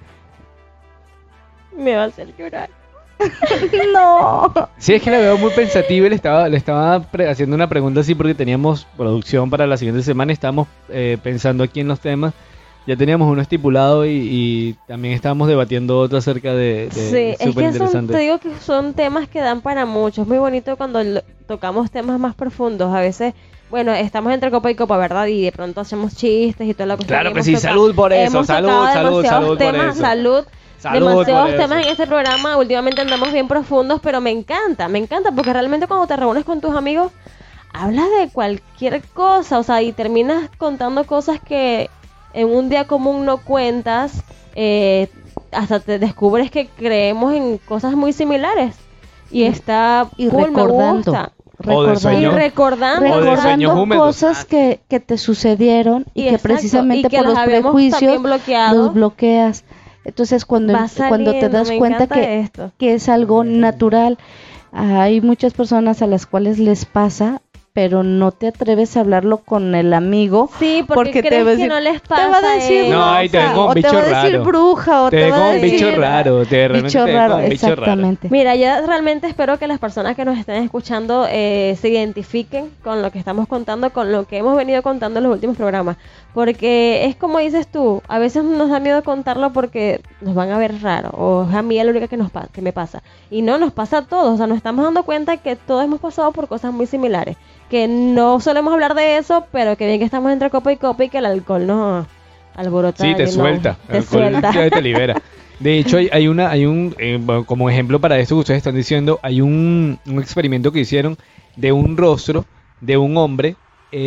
Me va a hacer llorar. No. Sí, es que la veo muy pensativa y le estaba haciendo una pregunta así porque teníamos producción para la siguiente semana, estábamos pensando aquí en los temas, ya teníamos uno estipulado y también estábamos debatiendo otro acerca de sí, es que te digo que son temas que dan para mucho. Es muy bonito cuando tocamos temas más profundos. A veces, bueno, estamos entre copa y copa, ¿verdad? Y de pronto hacemos chistes y toda la cosa. Claro que sí, salud por eso, salud por eso. Salud. Demasiados temas en este programa. Últimamente andamos bien profundos, pero me encanta porque realmente cuando te reúnes con tus amigos hablas de cualquier cosa, o sea, y terminas contando cosas que en un día común no cuentas, hasta te descubres que creemos en cosas muy similares y está y cool, recordando, me gusta. Recordando cosas que te sucedieron y que exacto, precisamente y que por los prejuicios los bloqueas. Entonces cuando te das cuenta que es algo natural, hay muchas personas a las cuales les pasa, pero no te atreves a hablarlo con el amigo. Sí, porque crees te va a decir, que no les pasa. Te va a decir no, ahí te vengo un bicho raro. O te va a decir bruja, o te va a decir bicho raro. Bicho raro, exactamente. Mira, yo realmente espero que las personas que nos estén escuchando se identifiquen con lo que estamos contando, con lo que hemos venido contando en los últimos programas. Porque es como dices tú, a veces nos da miedo contarlo porque nos van a ver raro, o es a mí la única que me pasa. Y no, nos pasa a todos, o sea, nos estamos dando cuenta que todos hemos pasado por cosas muy similares. Que no solemos hablar de eso, pero que bien que estamos entre copa y que el alcohol nos alborota. Sí, te suelta. El alcohol te libera. De hecho, hay un como ejemplo para esto que ustedes están diciendo, hay un experimento que hicieron de un rostro de un hombre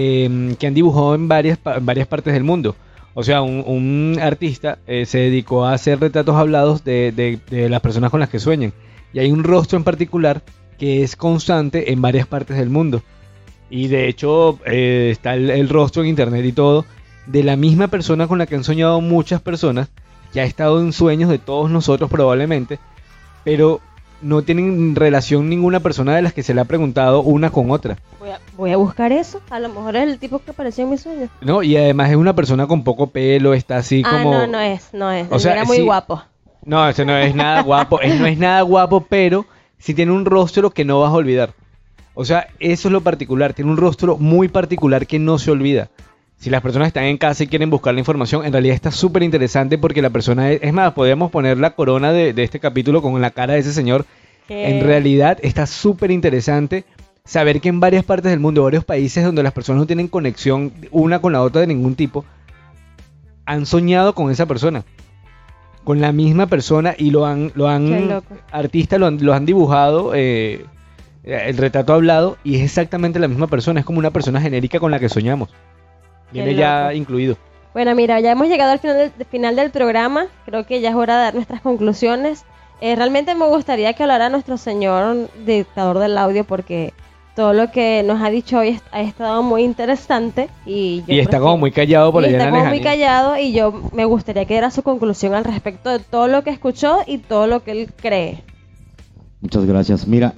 que han dibujado en varias partes del mundo. O sea, un artista se dedicó a hacer retratos hablados de las personas con las que sueñan. Y hay un rostro en particular que es constante en varias partes del mundo. Y de hecho está el rostro en internet y todo de la misma persona con la que han soñado muchas personas, que ha estado en sueños de todos nosotros probablemente, pero no tienen relación ninguna persona de las que se le ha preguntado una con otra. Voy a buscar eso, a lo mejor es el tipo que apareció en mis sueños. No, y además es una persona con poco pelo, está así como... no es, o sea, era muy guapo. No, ese no es nada guapo, él no es nada guapo, pero sí tiene un rostro que no vas a olvidar. O sea, eso es lo particular, tiene un rostro muy particular que no se olvida. Si las personas están en casa y quieren buscar la información, en realidad está súper interesante porque la persona... Es más, podríamos poner la corona de este capítulo con la cara de ese señor. En realidad está súper interesante saber que en varias partes del mundo, varios países donde las personas no tienen conexión una con la otra de ningún tipo, han soñado con esa persona, con la misma persona, y lo han artistas lo han dibujado, el retrato hablado, y es exactamente la misma persona, es como una persona genérica con la que soñamos. Viene ya incluido. Bueno, mira, ya hemos llegado al final del programa. Creo que ya es hora de dar nuestras conclusiones. Realmente me gustaría que hablara nuestro señor dictador del audio, porque todo lo que nos ha dicho hoy ha estado muy interesante. Y está como muy callado por allá en la lejanía. Está como muy callado, y yo me gustaría que diera su conclusión al respecto de todo lo que escuchó y todo lo que él cree. Muchas gracias. Mira,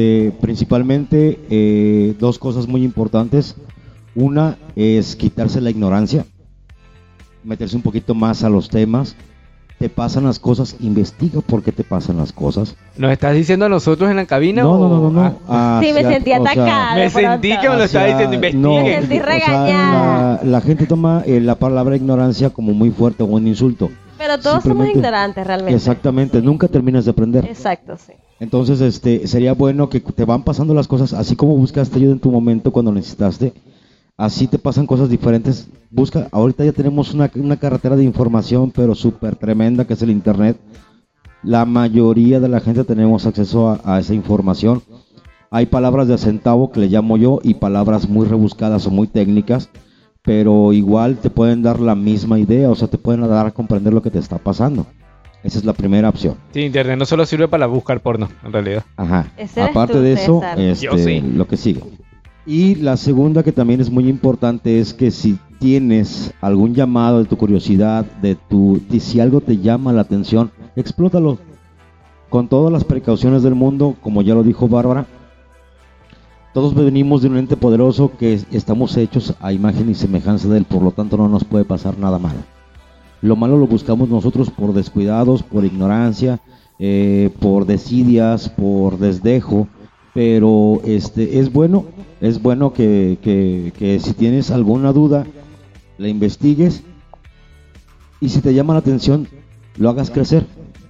principalmente dos cosas muy importantes. Una es quitarse la ignorancia, meterse un poquito más a los temas. Te pasan las cosas, investiga por qué te pasan las cosas. ¿Nos estás diciendo a nosotros en la cabina? No. Sí, me sentí atacada. Me sentí que me lo estaba diciendo, investiga. Me sentí regañada. La gente toma la palabra ignorancia como muy fuerte o un insulto. Pero todos somos ignorantes realmente. Exactamente, nunca terminas de aprender. Exacto, sí. Entonces, sería bueno que te van pasando las cosas, así como buscaste ayuda en tu momento cuando necesitaste, así te pasan cosas diferentes. Busca, ahorita ya tenemos una carretera de información, pero súper tremenda, que es el internet. La mayoría de la gente tenemos acceso a esa información. Hay palabras de centavo que le llamo yo y palabras muy rebuscadas o muy técnicas, pero igual te pueden dar la misma idea, o sea, te pueden dar a comprender lo que te está pasando. Esa es la primera opción. Sí, internet no solo sirve para buscar porno, en realidad. Ajá. Ese eres Aparte tú, de eso, César. Yo sí. lo que sigue. Y la segunda, que también es muy importante, es que si tienes algún llamado de tu curiosidad, si algo te llama la atención, explótalo. Con todas las precauciones del mundo, como ya lo dijo Bárbara, todos venimos de un ente poderoso que estamos hechos a imagen y semejanza de él, por lo tanto no nos puede pasar nada malo. Lo malo lo buscamos nosotros por descuidados, por ignorancia, por desidias, por desdejo, pero es bueno que si tienes alguna duda, la investigues y si te llama la atención, lo hagas crecer,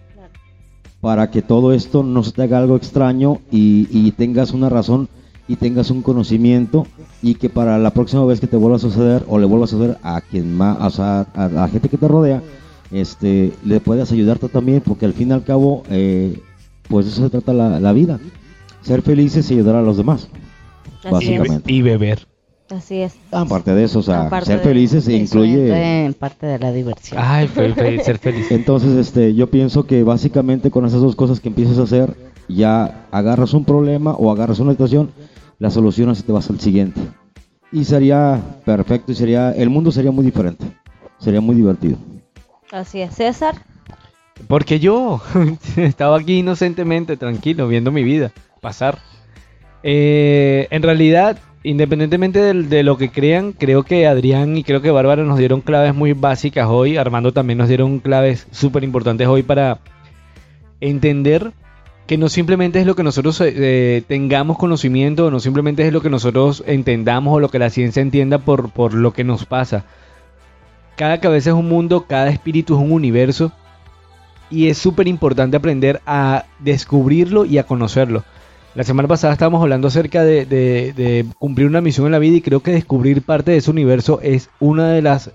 para que todo esto no se te haga algo extraño y tengas una razón y tengas un conocimiento, y que para la próxima vez que te vuelva a suceder o le vuelva a suceder a quien más, o sea, a la gente que te rodea, le puedas ayudar tú también, porque al fin y al cabo, pues eso se trata la vida, ser felices y ayudar a los demás, Así básicamente. Y beber. Así es. Aparte de eso, o sea, Aparte ser de- felices Eso incluye. entra en parte de la diversión. Ay, ser feliz. Entonces, yo pienso que básicamente con esas dos cosas que empieces a hacer, ya agarras un problema o agarras una situación, la solucionas y te vas al siguiente. Y sería perfecto, y el mundo sería muy diferente, sería muy divertido. Así es. César. Porque yo estaba aquí inocentemente, tranquilo, viendo mi vida pasar. En realidad, independientemente de lo que crean, creo que Adrián y creo que Bárbara nos dieron claves muy básicas hoy. Armando también nos dieron claves súper importantes hoy para entender que no simplemente es lo que nosotros tengamos conocimiento, no simplemente es lo que nosotros entendamos o lo que la ciencia entienda por lo que nos pasa. Cada cabeza es un mundo, cada espíritu es un universo, y es súper importante aprender a descubrirlo y a conocerlo. La semana pasada estábamos hablando acerca de cumplir una misión en la vida, y creo que descubrir parte de ese universo es una de las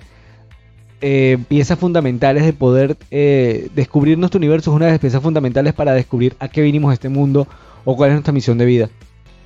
piezas fundamentales de poder descubrir nuestro universo. Es una de las piezas fundamentales para descubrir a qué vinimos a este mundo o cuál es nuestra misión de vida.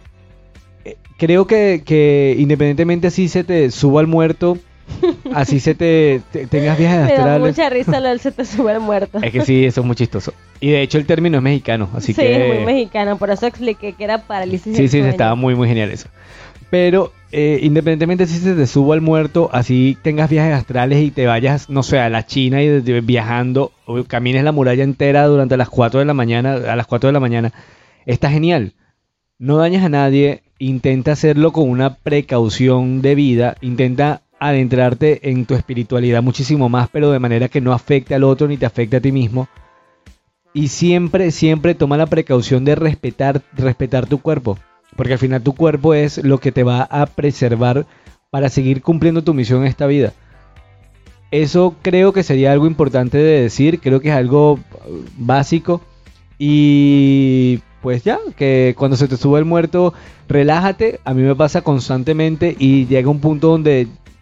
Creo que independientemente así se te suba al muerto, así tengas viajes Me da astrales. mucha risa lo del se te sube el muerto. Es que sí, eso es muy chistoso. Y de hecho el término es mexicano, así Sí, que... es muy mexicano, por eso expliqué que era parálisis Sí, del sí, sueño. estaba muy, muy genial eso. Pero independientemente si se te suba al muerto, así tengas viajes astrales y te vayas, no sé, a la China y viajando, o camines la muralla entera durante las 4 de la mañana, a las 4 de la mañana, está genial. No dañas a nadie, intenta hacerlo con una precaución de vida, intenta adentrarte en tu espiritualidad muchísimo más, pero de manera que no afecte al otro ni te afecte a ti mismo. Y siempre, siempre toma la precaución de respetar tu cuerpo, porque al final tu cuerpo es lo que te va a preservar para seguir cumpliendo tu misión en esta vida. Eso creo que sería algo importante de decir, creo que es algo básico. Y pues ya, que cuando se te sube el muerto, relájate. A mí me pasa constantemente y llega un punto donde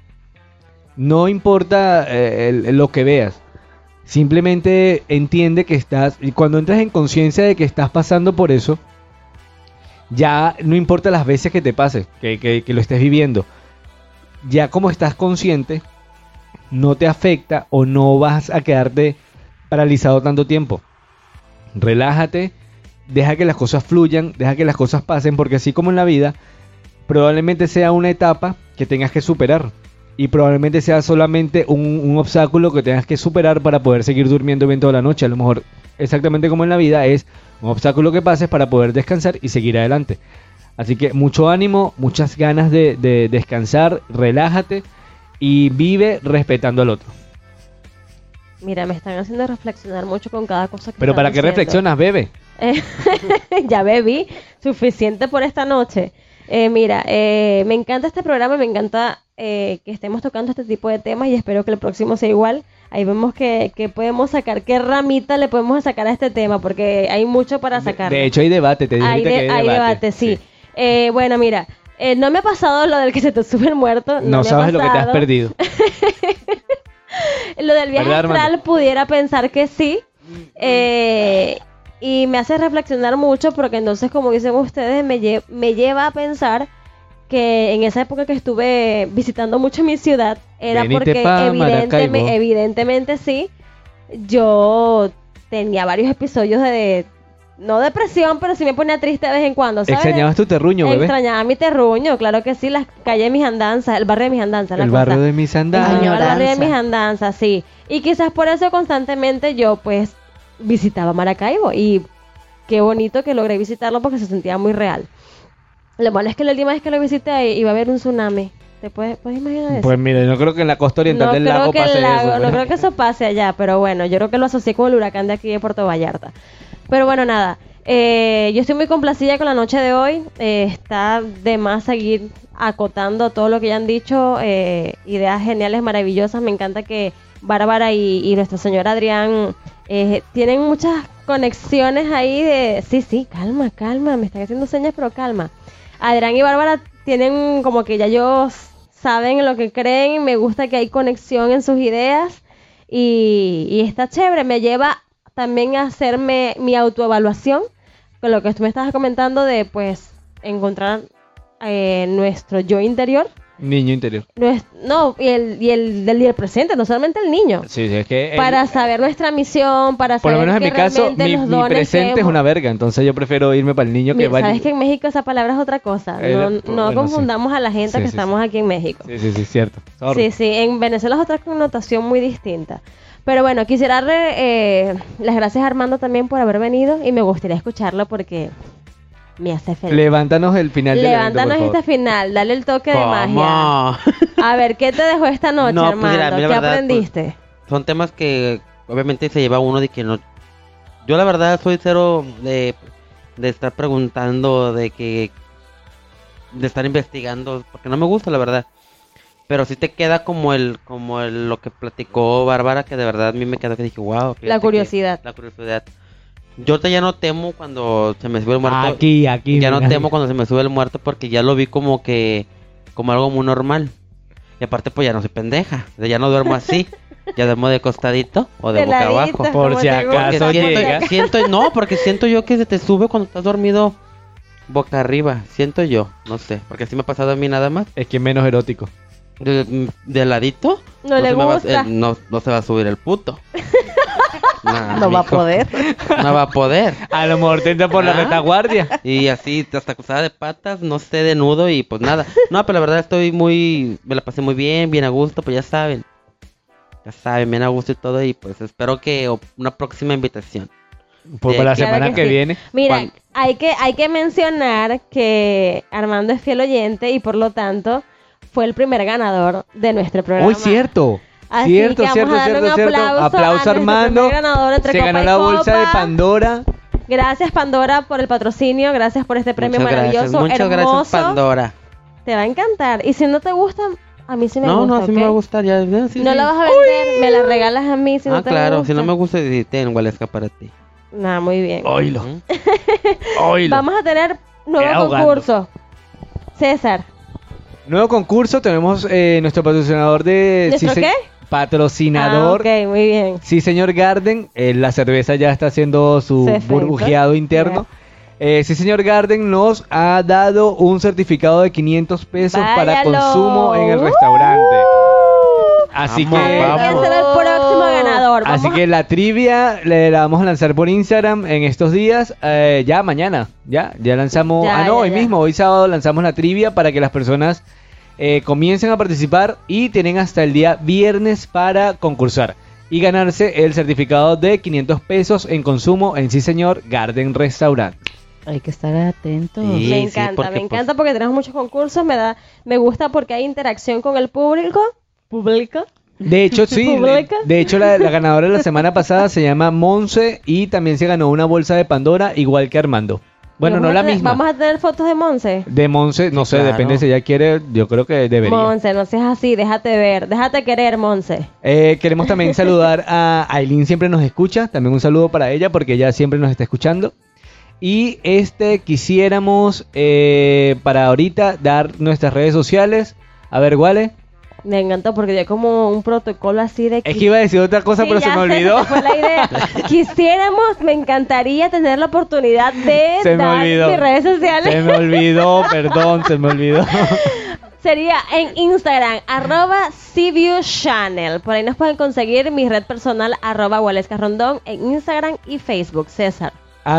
no importa lo que veas. Simplemente entiende que estás, y cuando entras en conciencia de que estás pasando por eso, ya no importa las veces que te pase, que lo estés viviendo. Ya como estás consciente, no te afecta o no vas a quedarte paralizado tanto tiempo. Relájate, deja que las cosas fluyan, deja que las cosas pasen, porque así como en la vida, probablemente sea una etapa que tengas que superar. Y probablemente sea solamente un obstáculo que tengas que superar para poder seguir durmiendo bien toda la noche. A lo mejor, exactamente como en la vida, es un obstáculo que pases para poder descansar y seguir adelante. Así que mucho ánimo, muchas ganas de descansar, relájate y vive respetando al otro. Mira, me están haciendo reflexionar mucho con cada cosa que Pero están ¿para qué diciendo. reflexionas, bebe? Ya bebí, suficiente por esta noche. Mira, me encanta este programa, me encanta que estemos tocando este tipo de temas y espero que el próximo sea igual. ahí vemos que podemos sacar, qué ramita le podemos sacar a este tema, porque hay mucho para sacar. De hecho hay debate, te digo ahorita que hay debate, sí. Bueno, mira, no me ha pasado lo del que se te sube el muerto. No sabes lo que te has perdido. Lo del viaje ¿Verdad, astral Armando? pudiera pensar que sí. Y me hace reflexionar mucho porque entonces, como dicen ustedes, me lleva a pensar que en esa época que estuve visitando mucho mi ciudad, era Venite porque pa' Maracaibo. evidentemente sí, yo tenía varios episodios de, no depresión, pero sí me ponía triste de vez en cuando, ¿sabes? ¿Extrañabas tu terruño, bebé? Extrañaba mi terruño, claro que sí, las calles de mis andanzas, el barrio de mis andanzas. El barrio de mis andanzas. Extrañaba el barrio de Añoranza. mis andanzas, sí. Y quizás por eso constantemente yo pues visitaba Maracaibo y qué bonito que logré visitarlo porque se sentía muy real. Lo malo es que la última vez que lo visité iba a haber un tsunami. ¿Te puedes imaginar eso? Pues mire, no creo que en la costa oriental No del creo lago que el pase lago, eso. no ¿verdad? creo que eso pase allá, pero bueno, yo creo que lo asocié con el huracán de aquí de Puerto Vallarta. Pero bueno, nada, yo estoy muy complacida con la noche de hoy. Está de más seguir acotando todo lo que ya han dicho, ideas geniales, maravillosas. Me encanta que Bárbara y nuestro señor Adrián tienen muchas conexiones ahí de... Sí, calma, me están haciendo señas, pero calma. Adrián y Bárbara tienen como que ya ellos saben lo que creen, me gusta que hay conexión en sus ideas y está chévere, me lleva también a hacerme mi autoevaluación con lo que tú me estabas comentando de pues encontrar nuestro yo interior. Niño interior. Y el del día presente, no solamente el niño. Sí, es que... Para saber nuestra misión, para por lo saber menos en que mi caso, realmente mi los dones presente que es una verga, entonces yo prefiero irme para el niño que Mira, vaya. sabes que en México esa palabra es otra cosa. No Bueno, confundamos a la gente Sí, que sí, estamos aquí en México. Sí, cierto. Sorry. Sí, en Venezuela es otra connotación muy distinta. Pero bueno, quisiera darle las gracias a Armando también por haber venido y me gustaría escucharlo porque me hace feliz. Levántanos el final del evento, Levántanos por favor. este final, dale el toque de ¿Cómo? magia. A ver, ¿qué te dejó esta noche, No, pues Armando? mira, a mí la ¿Qué verdad, aprendiste? Son temas que obviamente se lleva uno de que no... Yo la verdad soy cero de estar preguntando, de estar investigando, porque no me gusta la verdad. Pero sí te queda como lo que platicó Bárbara, que de verdad a mí me quedó que dije, wow. La curiosidad. La curiosidad. Yo ya no temo cuando se me sube el muerto. Aquí. Ya no mira. temo cuando se me sube el muerto porque ya lo vi como algo muy normal. Y aparte pues ya no soy pendeja, ya no duermo así, ya duermo de costadito o de boca ladito, abajo. Por como si te gusta. acaso Porque llega. porque siento yo que se te sube cuando estás dormido boca arriba, siento yo, no sé, porque así me ha pasado a mí nada más. Es que es menos erótico. De ladito, No le se me va- gusta. no se va a subir el puto. Nah, No va a mijo, poder. No va a poder. A lo mejor te entra por la Ah. retaguardia. Y así, hasta cruzada de patas, no sé, de nudo y pues nada. No, pero la verdad me la pasé muy bien a gusto, pues ya saben, bien a gusto y todo. Y pues espero que una próxima invitación. Por Sí, la claro semana que que sí. viene. Mira, Juan. hay que mencionar que Armando es fiel oyente y por lo tanto fue el primer ganador de nuestro programa. Uy, cierto. Así Cierto, que vamos a darle un aplauso a Aplauso nuestro Armando. primer ganador entre Se Copa ganó y la bolsa de Copa. Pandora. Gracias Pandora por el patrocinio, gracias por este premio maravilloso, Muchas hermoso. gracias, Pandora. Te va a encantar. Y si no te gusta, a mí sí me No, gusta. no, sí ¿ok? me va a gustar. Ya, sí, No sí. la vas a vender, me la regalas a mí si no te claro, gusta. si no me gusta, sí, ten Gualesca para ti. Nah, muy bien. Oílo. Ujú. Oílo. Vamos a tener Queda nuevo ahogando. concurso. César, Nuevo concurso. Tenemos nuestro patrocinador de... ¿nuestro sí, qué? Patrocinador. Ah, ok, muy bien. Sí, señor Garden. La cerveza ya está haciendo su Perfecto. burbujeado interno. Sí, señor Garden nos ha dado un certificado de 500 pesos para Váyalo. consumo en el restaurante. Así Vamos, que... ¿Quién vamos. será el próximo ganador? Así Vamos que la trivia la vamos a lanzar por Instagram en estos días, ya mañana, ya lanzamos, Ya, hoy ya. mismo, hoy sábado lanzamos la trivia para que las personas comiencen a participar y tienen hasta el día viernes para concursar y ganarse el certificado de 500 pesos en consumo en Sí Señor Garden Restaurant. Hay que estar atentos. Sí, me encanta, porque, me encanta porque tenemos muchos concursos, me gusta porque hay interacción con el público. De hecho, sí, ¿Pública? de hecho la ganadora de la semana pasada se llama Monse y también se ganó una bolsa de Pandora igual que Armando. Bueno, no la misma. ¿Vamos a tener fotos de Monse? De Monse, no Sí, sé, claro. depende si ella quiere, yo creo que debería. Monse, no seas así, déjate ver, déjate querer, Monse. Queremos también saludar a Aileen, siempre nos escucha, también un saludo para ella porque ella siempre nos está escuchando. Y quisiéramos para ahorita dar nuestras redes sociales. A ver, Wale. Me encantó porque dio como un protocolo así de... Es que iba a decir otra cosa, Sí, pero se ya me sé, olvidó. se fue la idea. Quisiéramos, me encantaría tener la oportunidad de Se me dar olvidó. mis redes sociales. Se me olvidó, perdón, se me olvidó. Sería en Instagram, @CViewChannel. Por ahí nos pueden conseguir mi red personal, @Waleska Rondón, en Instagram y Facebook. César.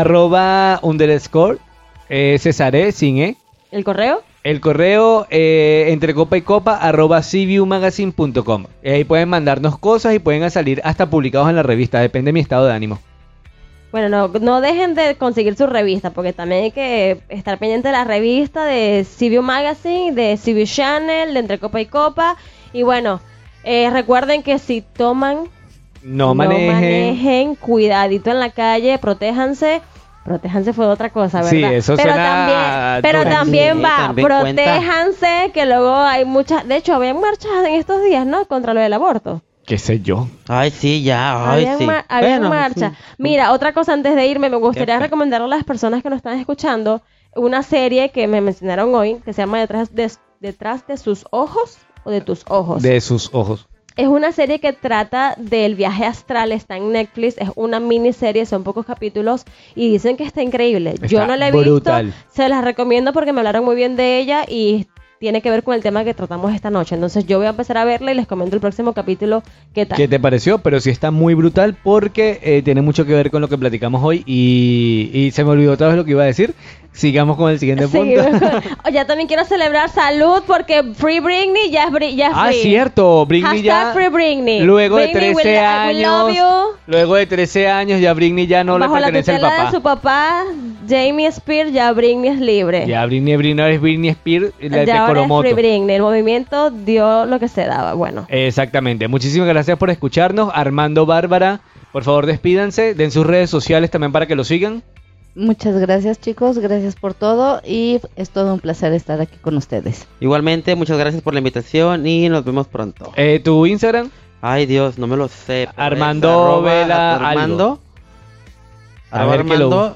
@_ Cesaré sin E. ¿El correo? El correo entre copa y copa @cviewmagazine.com. Ahí pueden mandarnos cosas y pueden salir hasta publicados en la revista, depende de mi estado de ánimo. Bueno, no dejen de conseguir su revista, porque también hay que estar pendiente de la revista de CView Magazine, de CView Channel, de Entre Copa y Copa. Y bueno, recuerden que si toman, No manejen. cuidadito en la calle, protéjanse. Protéjanse fue otra cosa, ¿verdad? Sí, eso pero suena pero duro. también Sí, va, también protéjanse, que luego hay muchas, de hecho, había marchas en estos días, ¿no? Contra lo del aborto. ¿Qué sé yo? Ay, sí, ya. Ay, sí. Había Bueno, marcha. sí. Mira, otra cosa antes de irme, me gustaría ¿Qué fue? recomendarle a las personas que nos están escuchando una serie que me mencionaron hoy, que se llama Detrás de sus ojos o de tus ojos. De sus ojos. Es una serie que trata del viaje astral, está en Netflix, es una miniserie, son pocos capítulos y dicen que está increíble. Yo Está no la he brutal. visto, se las recomiendo porque me hablaron muy bien de ella y tiene que ver con el tema que tratamos esta noche. Entonces yo voy a empezar a verla y les comento el próximo capítulo qué tal. ¿Qué te pareció? Pero sí está muy brutal porque tiene mucho que ver con lo que platicamos hoy y se me olvidó otra vez lo que iba a decir. Sigamos con el siguiente punto. Ya también quiero celebrar salud porque Free Britney ya es free. Ah, cierto, Britney ya. Hashtag Free Britney. Luego de Britney, 13 we años. love you. Luego de 13 años ya Britney ya no le Bajo la pertenece al tutela papá. de su papá, Jamie Spears, ya Britney es libre. Ya Britney es Britney Spears, la de Ya ahora es Coromoto. Free Britney. El movimiento dio lo que se daba. Bueno. Exactamente. Muchísimas gracias por escucharnos. Armando, Bárbara, por favor despídanse, den sus redes sociales también para que lo sigan. Muchas gracias, chicos, gracias por todo y es todo un placer estar aquí con ustedes. Igualmente, muchas gracias por la invitación y nos vemos pronto. ¿Tu Instagram? Ay, Dios, no me lo sé. pero Armando es Vela Armando. A ver, que lo- Armando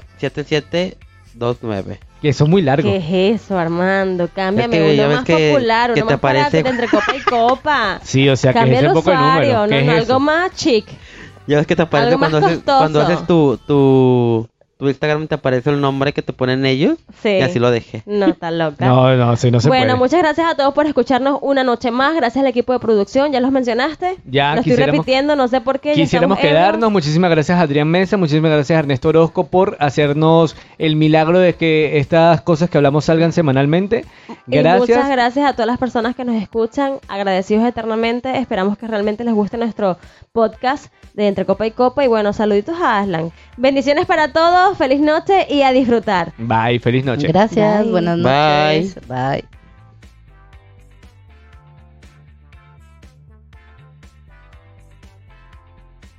7729. Que son muy largos. ¿Qué es eso, Armando? Cámbiame Es que ya uno ves más que- popular, que uno te más para aparece- entre copa y copa. Sí, o sea, que Cambia es el ese poco de usuario, número. ¿Qué no, es algo eso? más chic. Ya ves que te aparece Algo más cuando haces costoso. tu Instagram, te aparece el nombre que te ponen ellos. Sí. Y así lo dejé. No, está loca. No, sí, no se Bueno, puede. muchas gracias a todos por escucharnos una noche más. Gracias al equipo de producción. ¿Ya los mencionaste? Ya, Lo estoy quisiéramos- repitiendo, no sé por qué. ya Quisiéramos estamos ebrios. quedarnos. Muchísimas gracias a Adrián Mesa, muchísimas gracias a Ernesto Orozco por hacernos el milagro de que estas cosas que hablamos salgan semanalmente. Y muchas Gracias. gracias a todas las personas que nos escuchan. Agradecidos eternamente. Esperamos que realmente les guste nuestro podcast de Entre Copa y Copa. Y bueno, saluditos a Aslan. Bendiciones para todos. Feliz noche y a disfrutar. Bye, feliz noche. Gracias, Bye. buenas noches. Bye.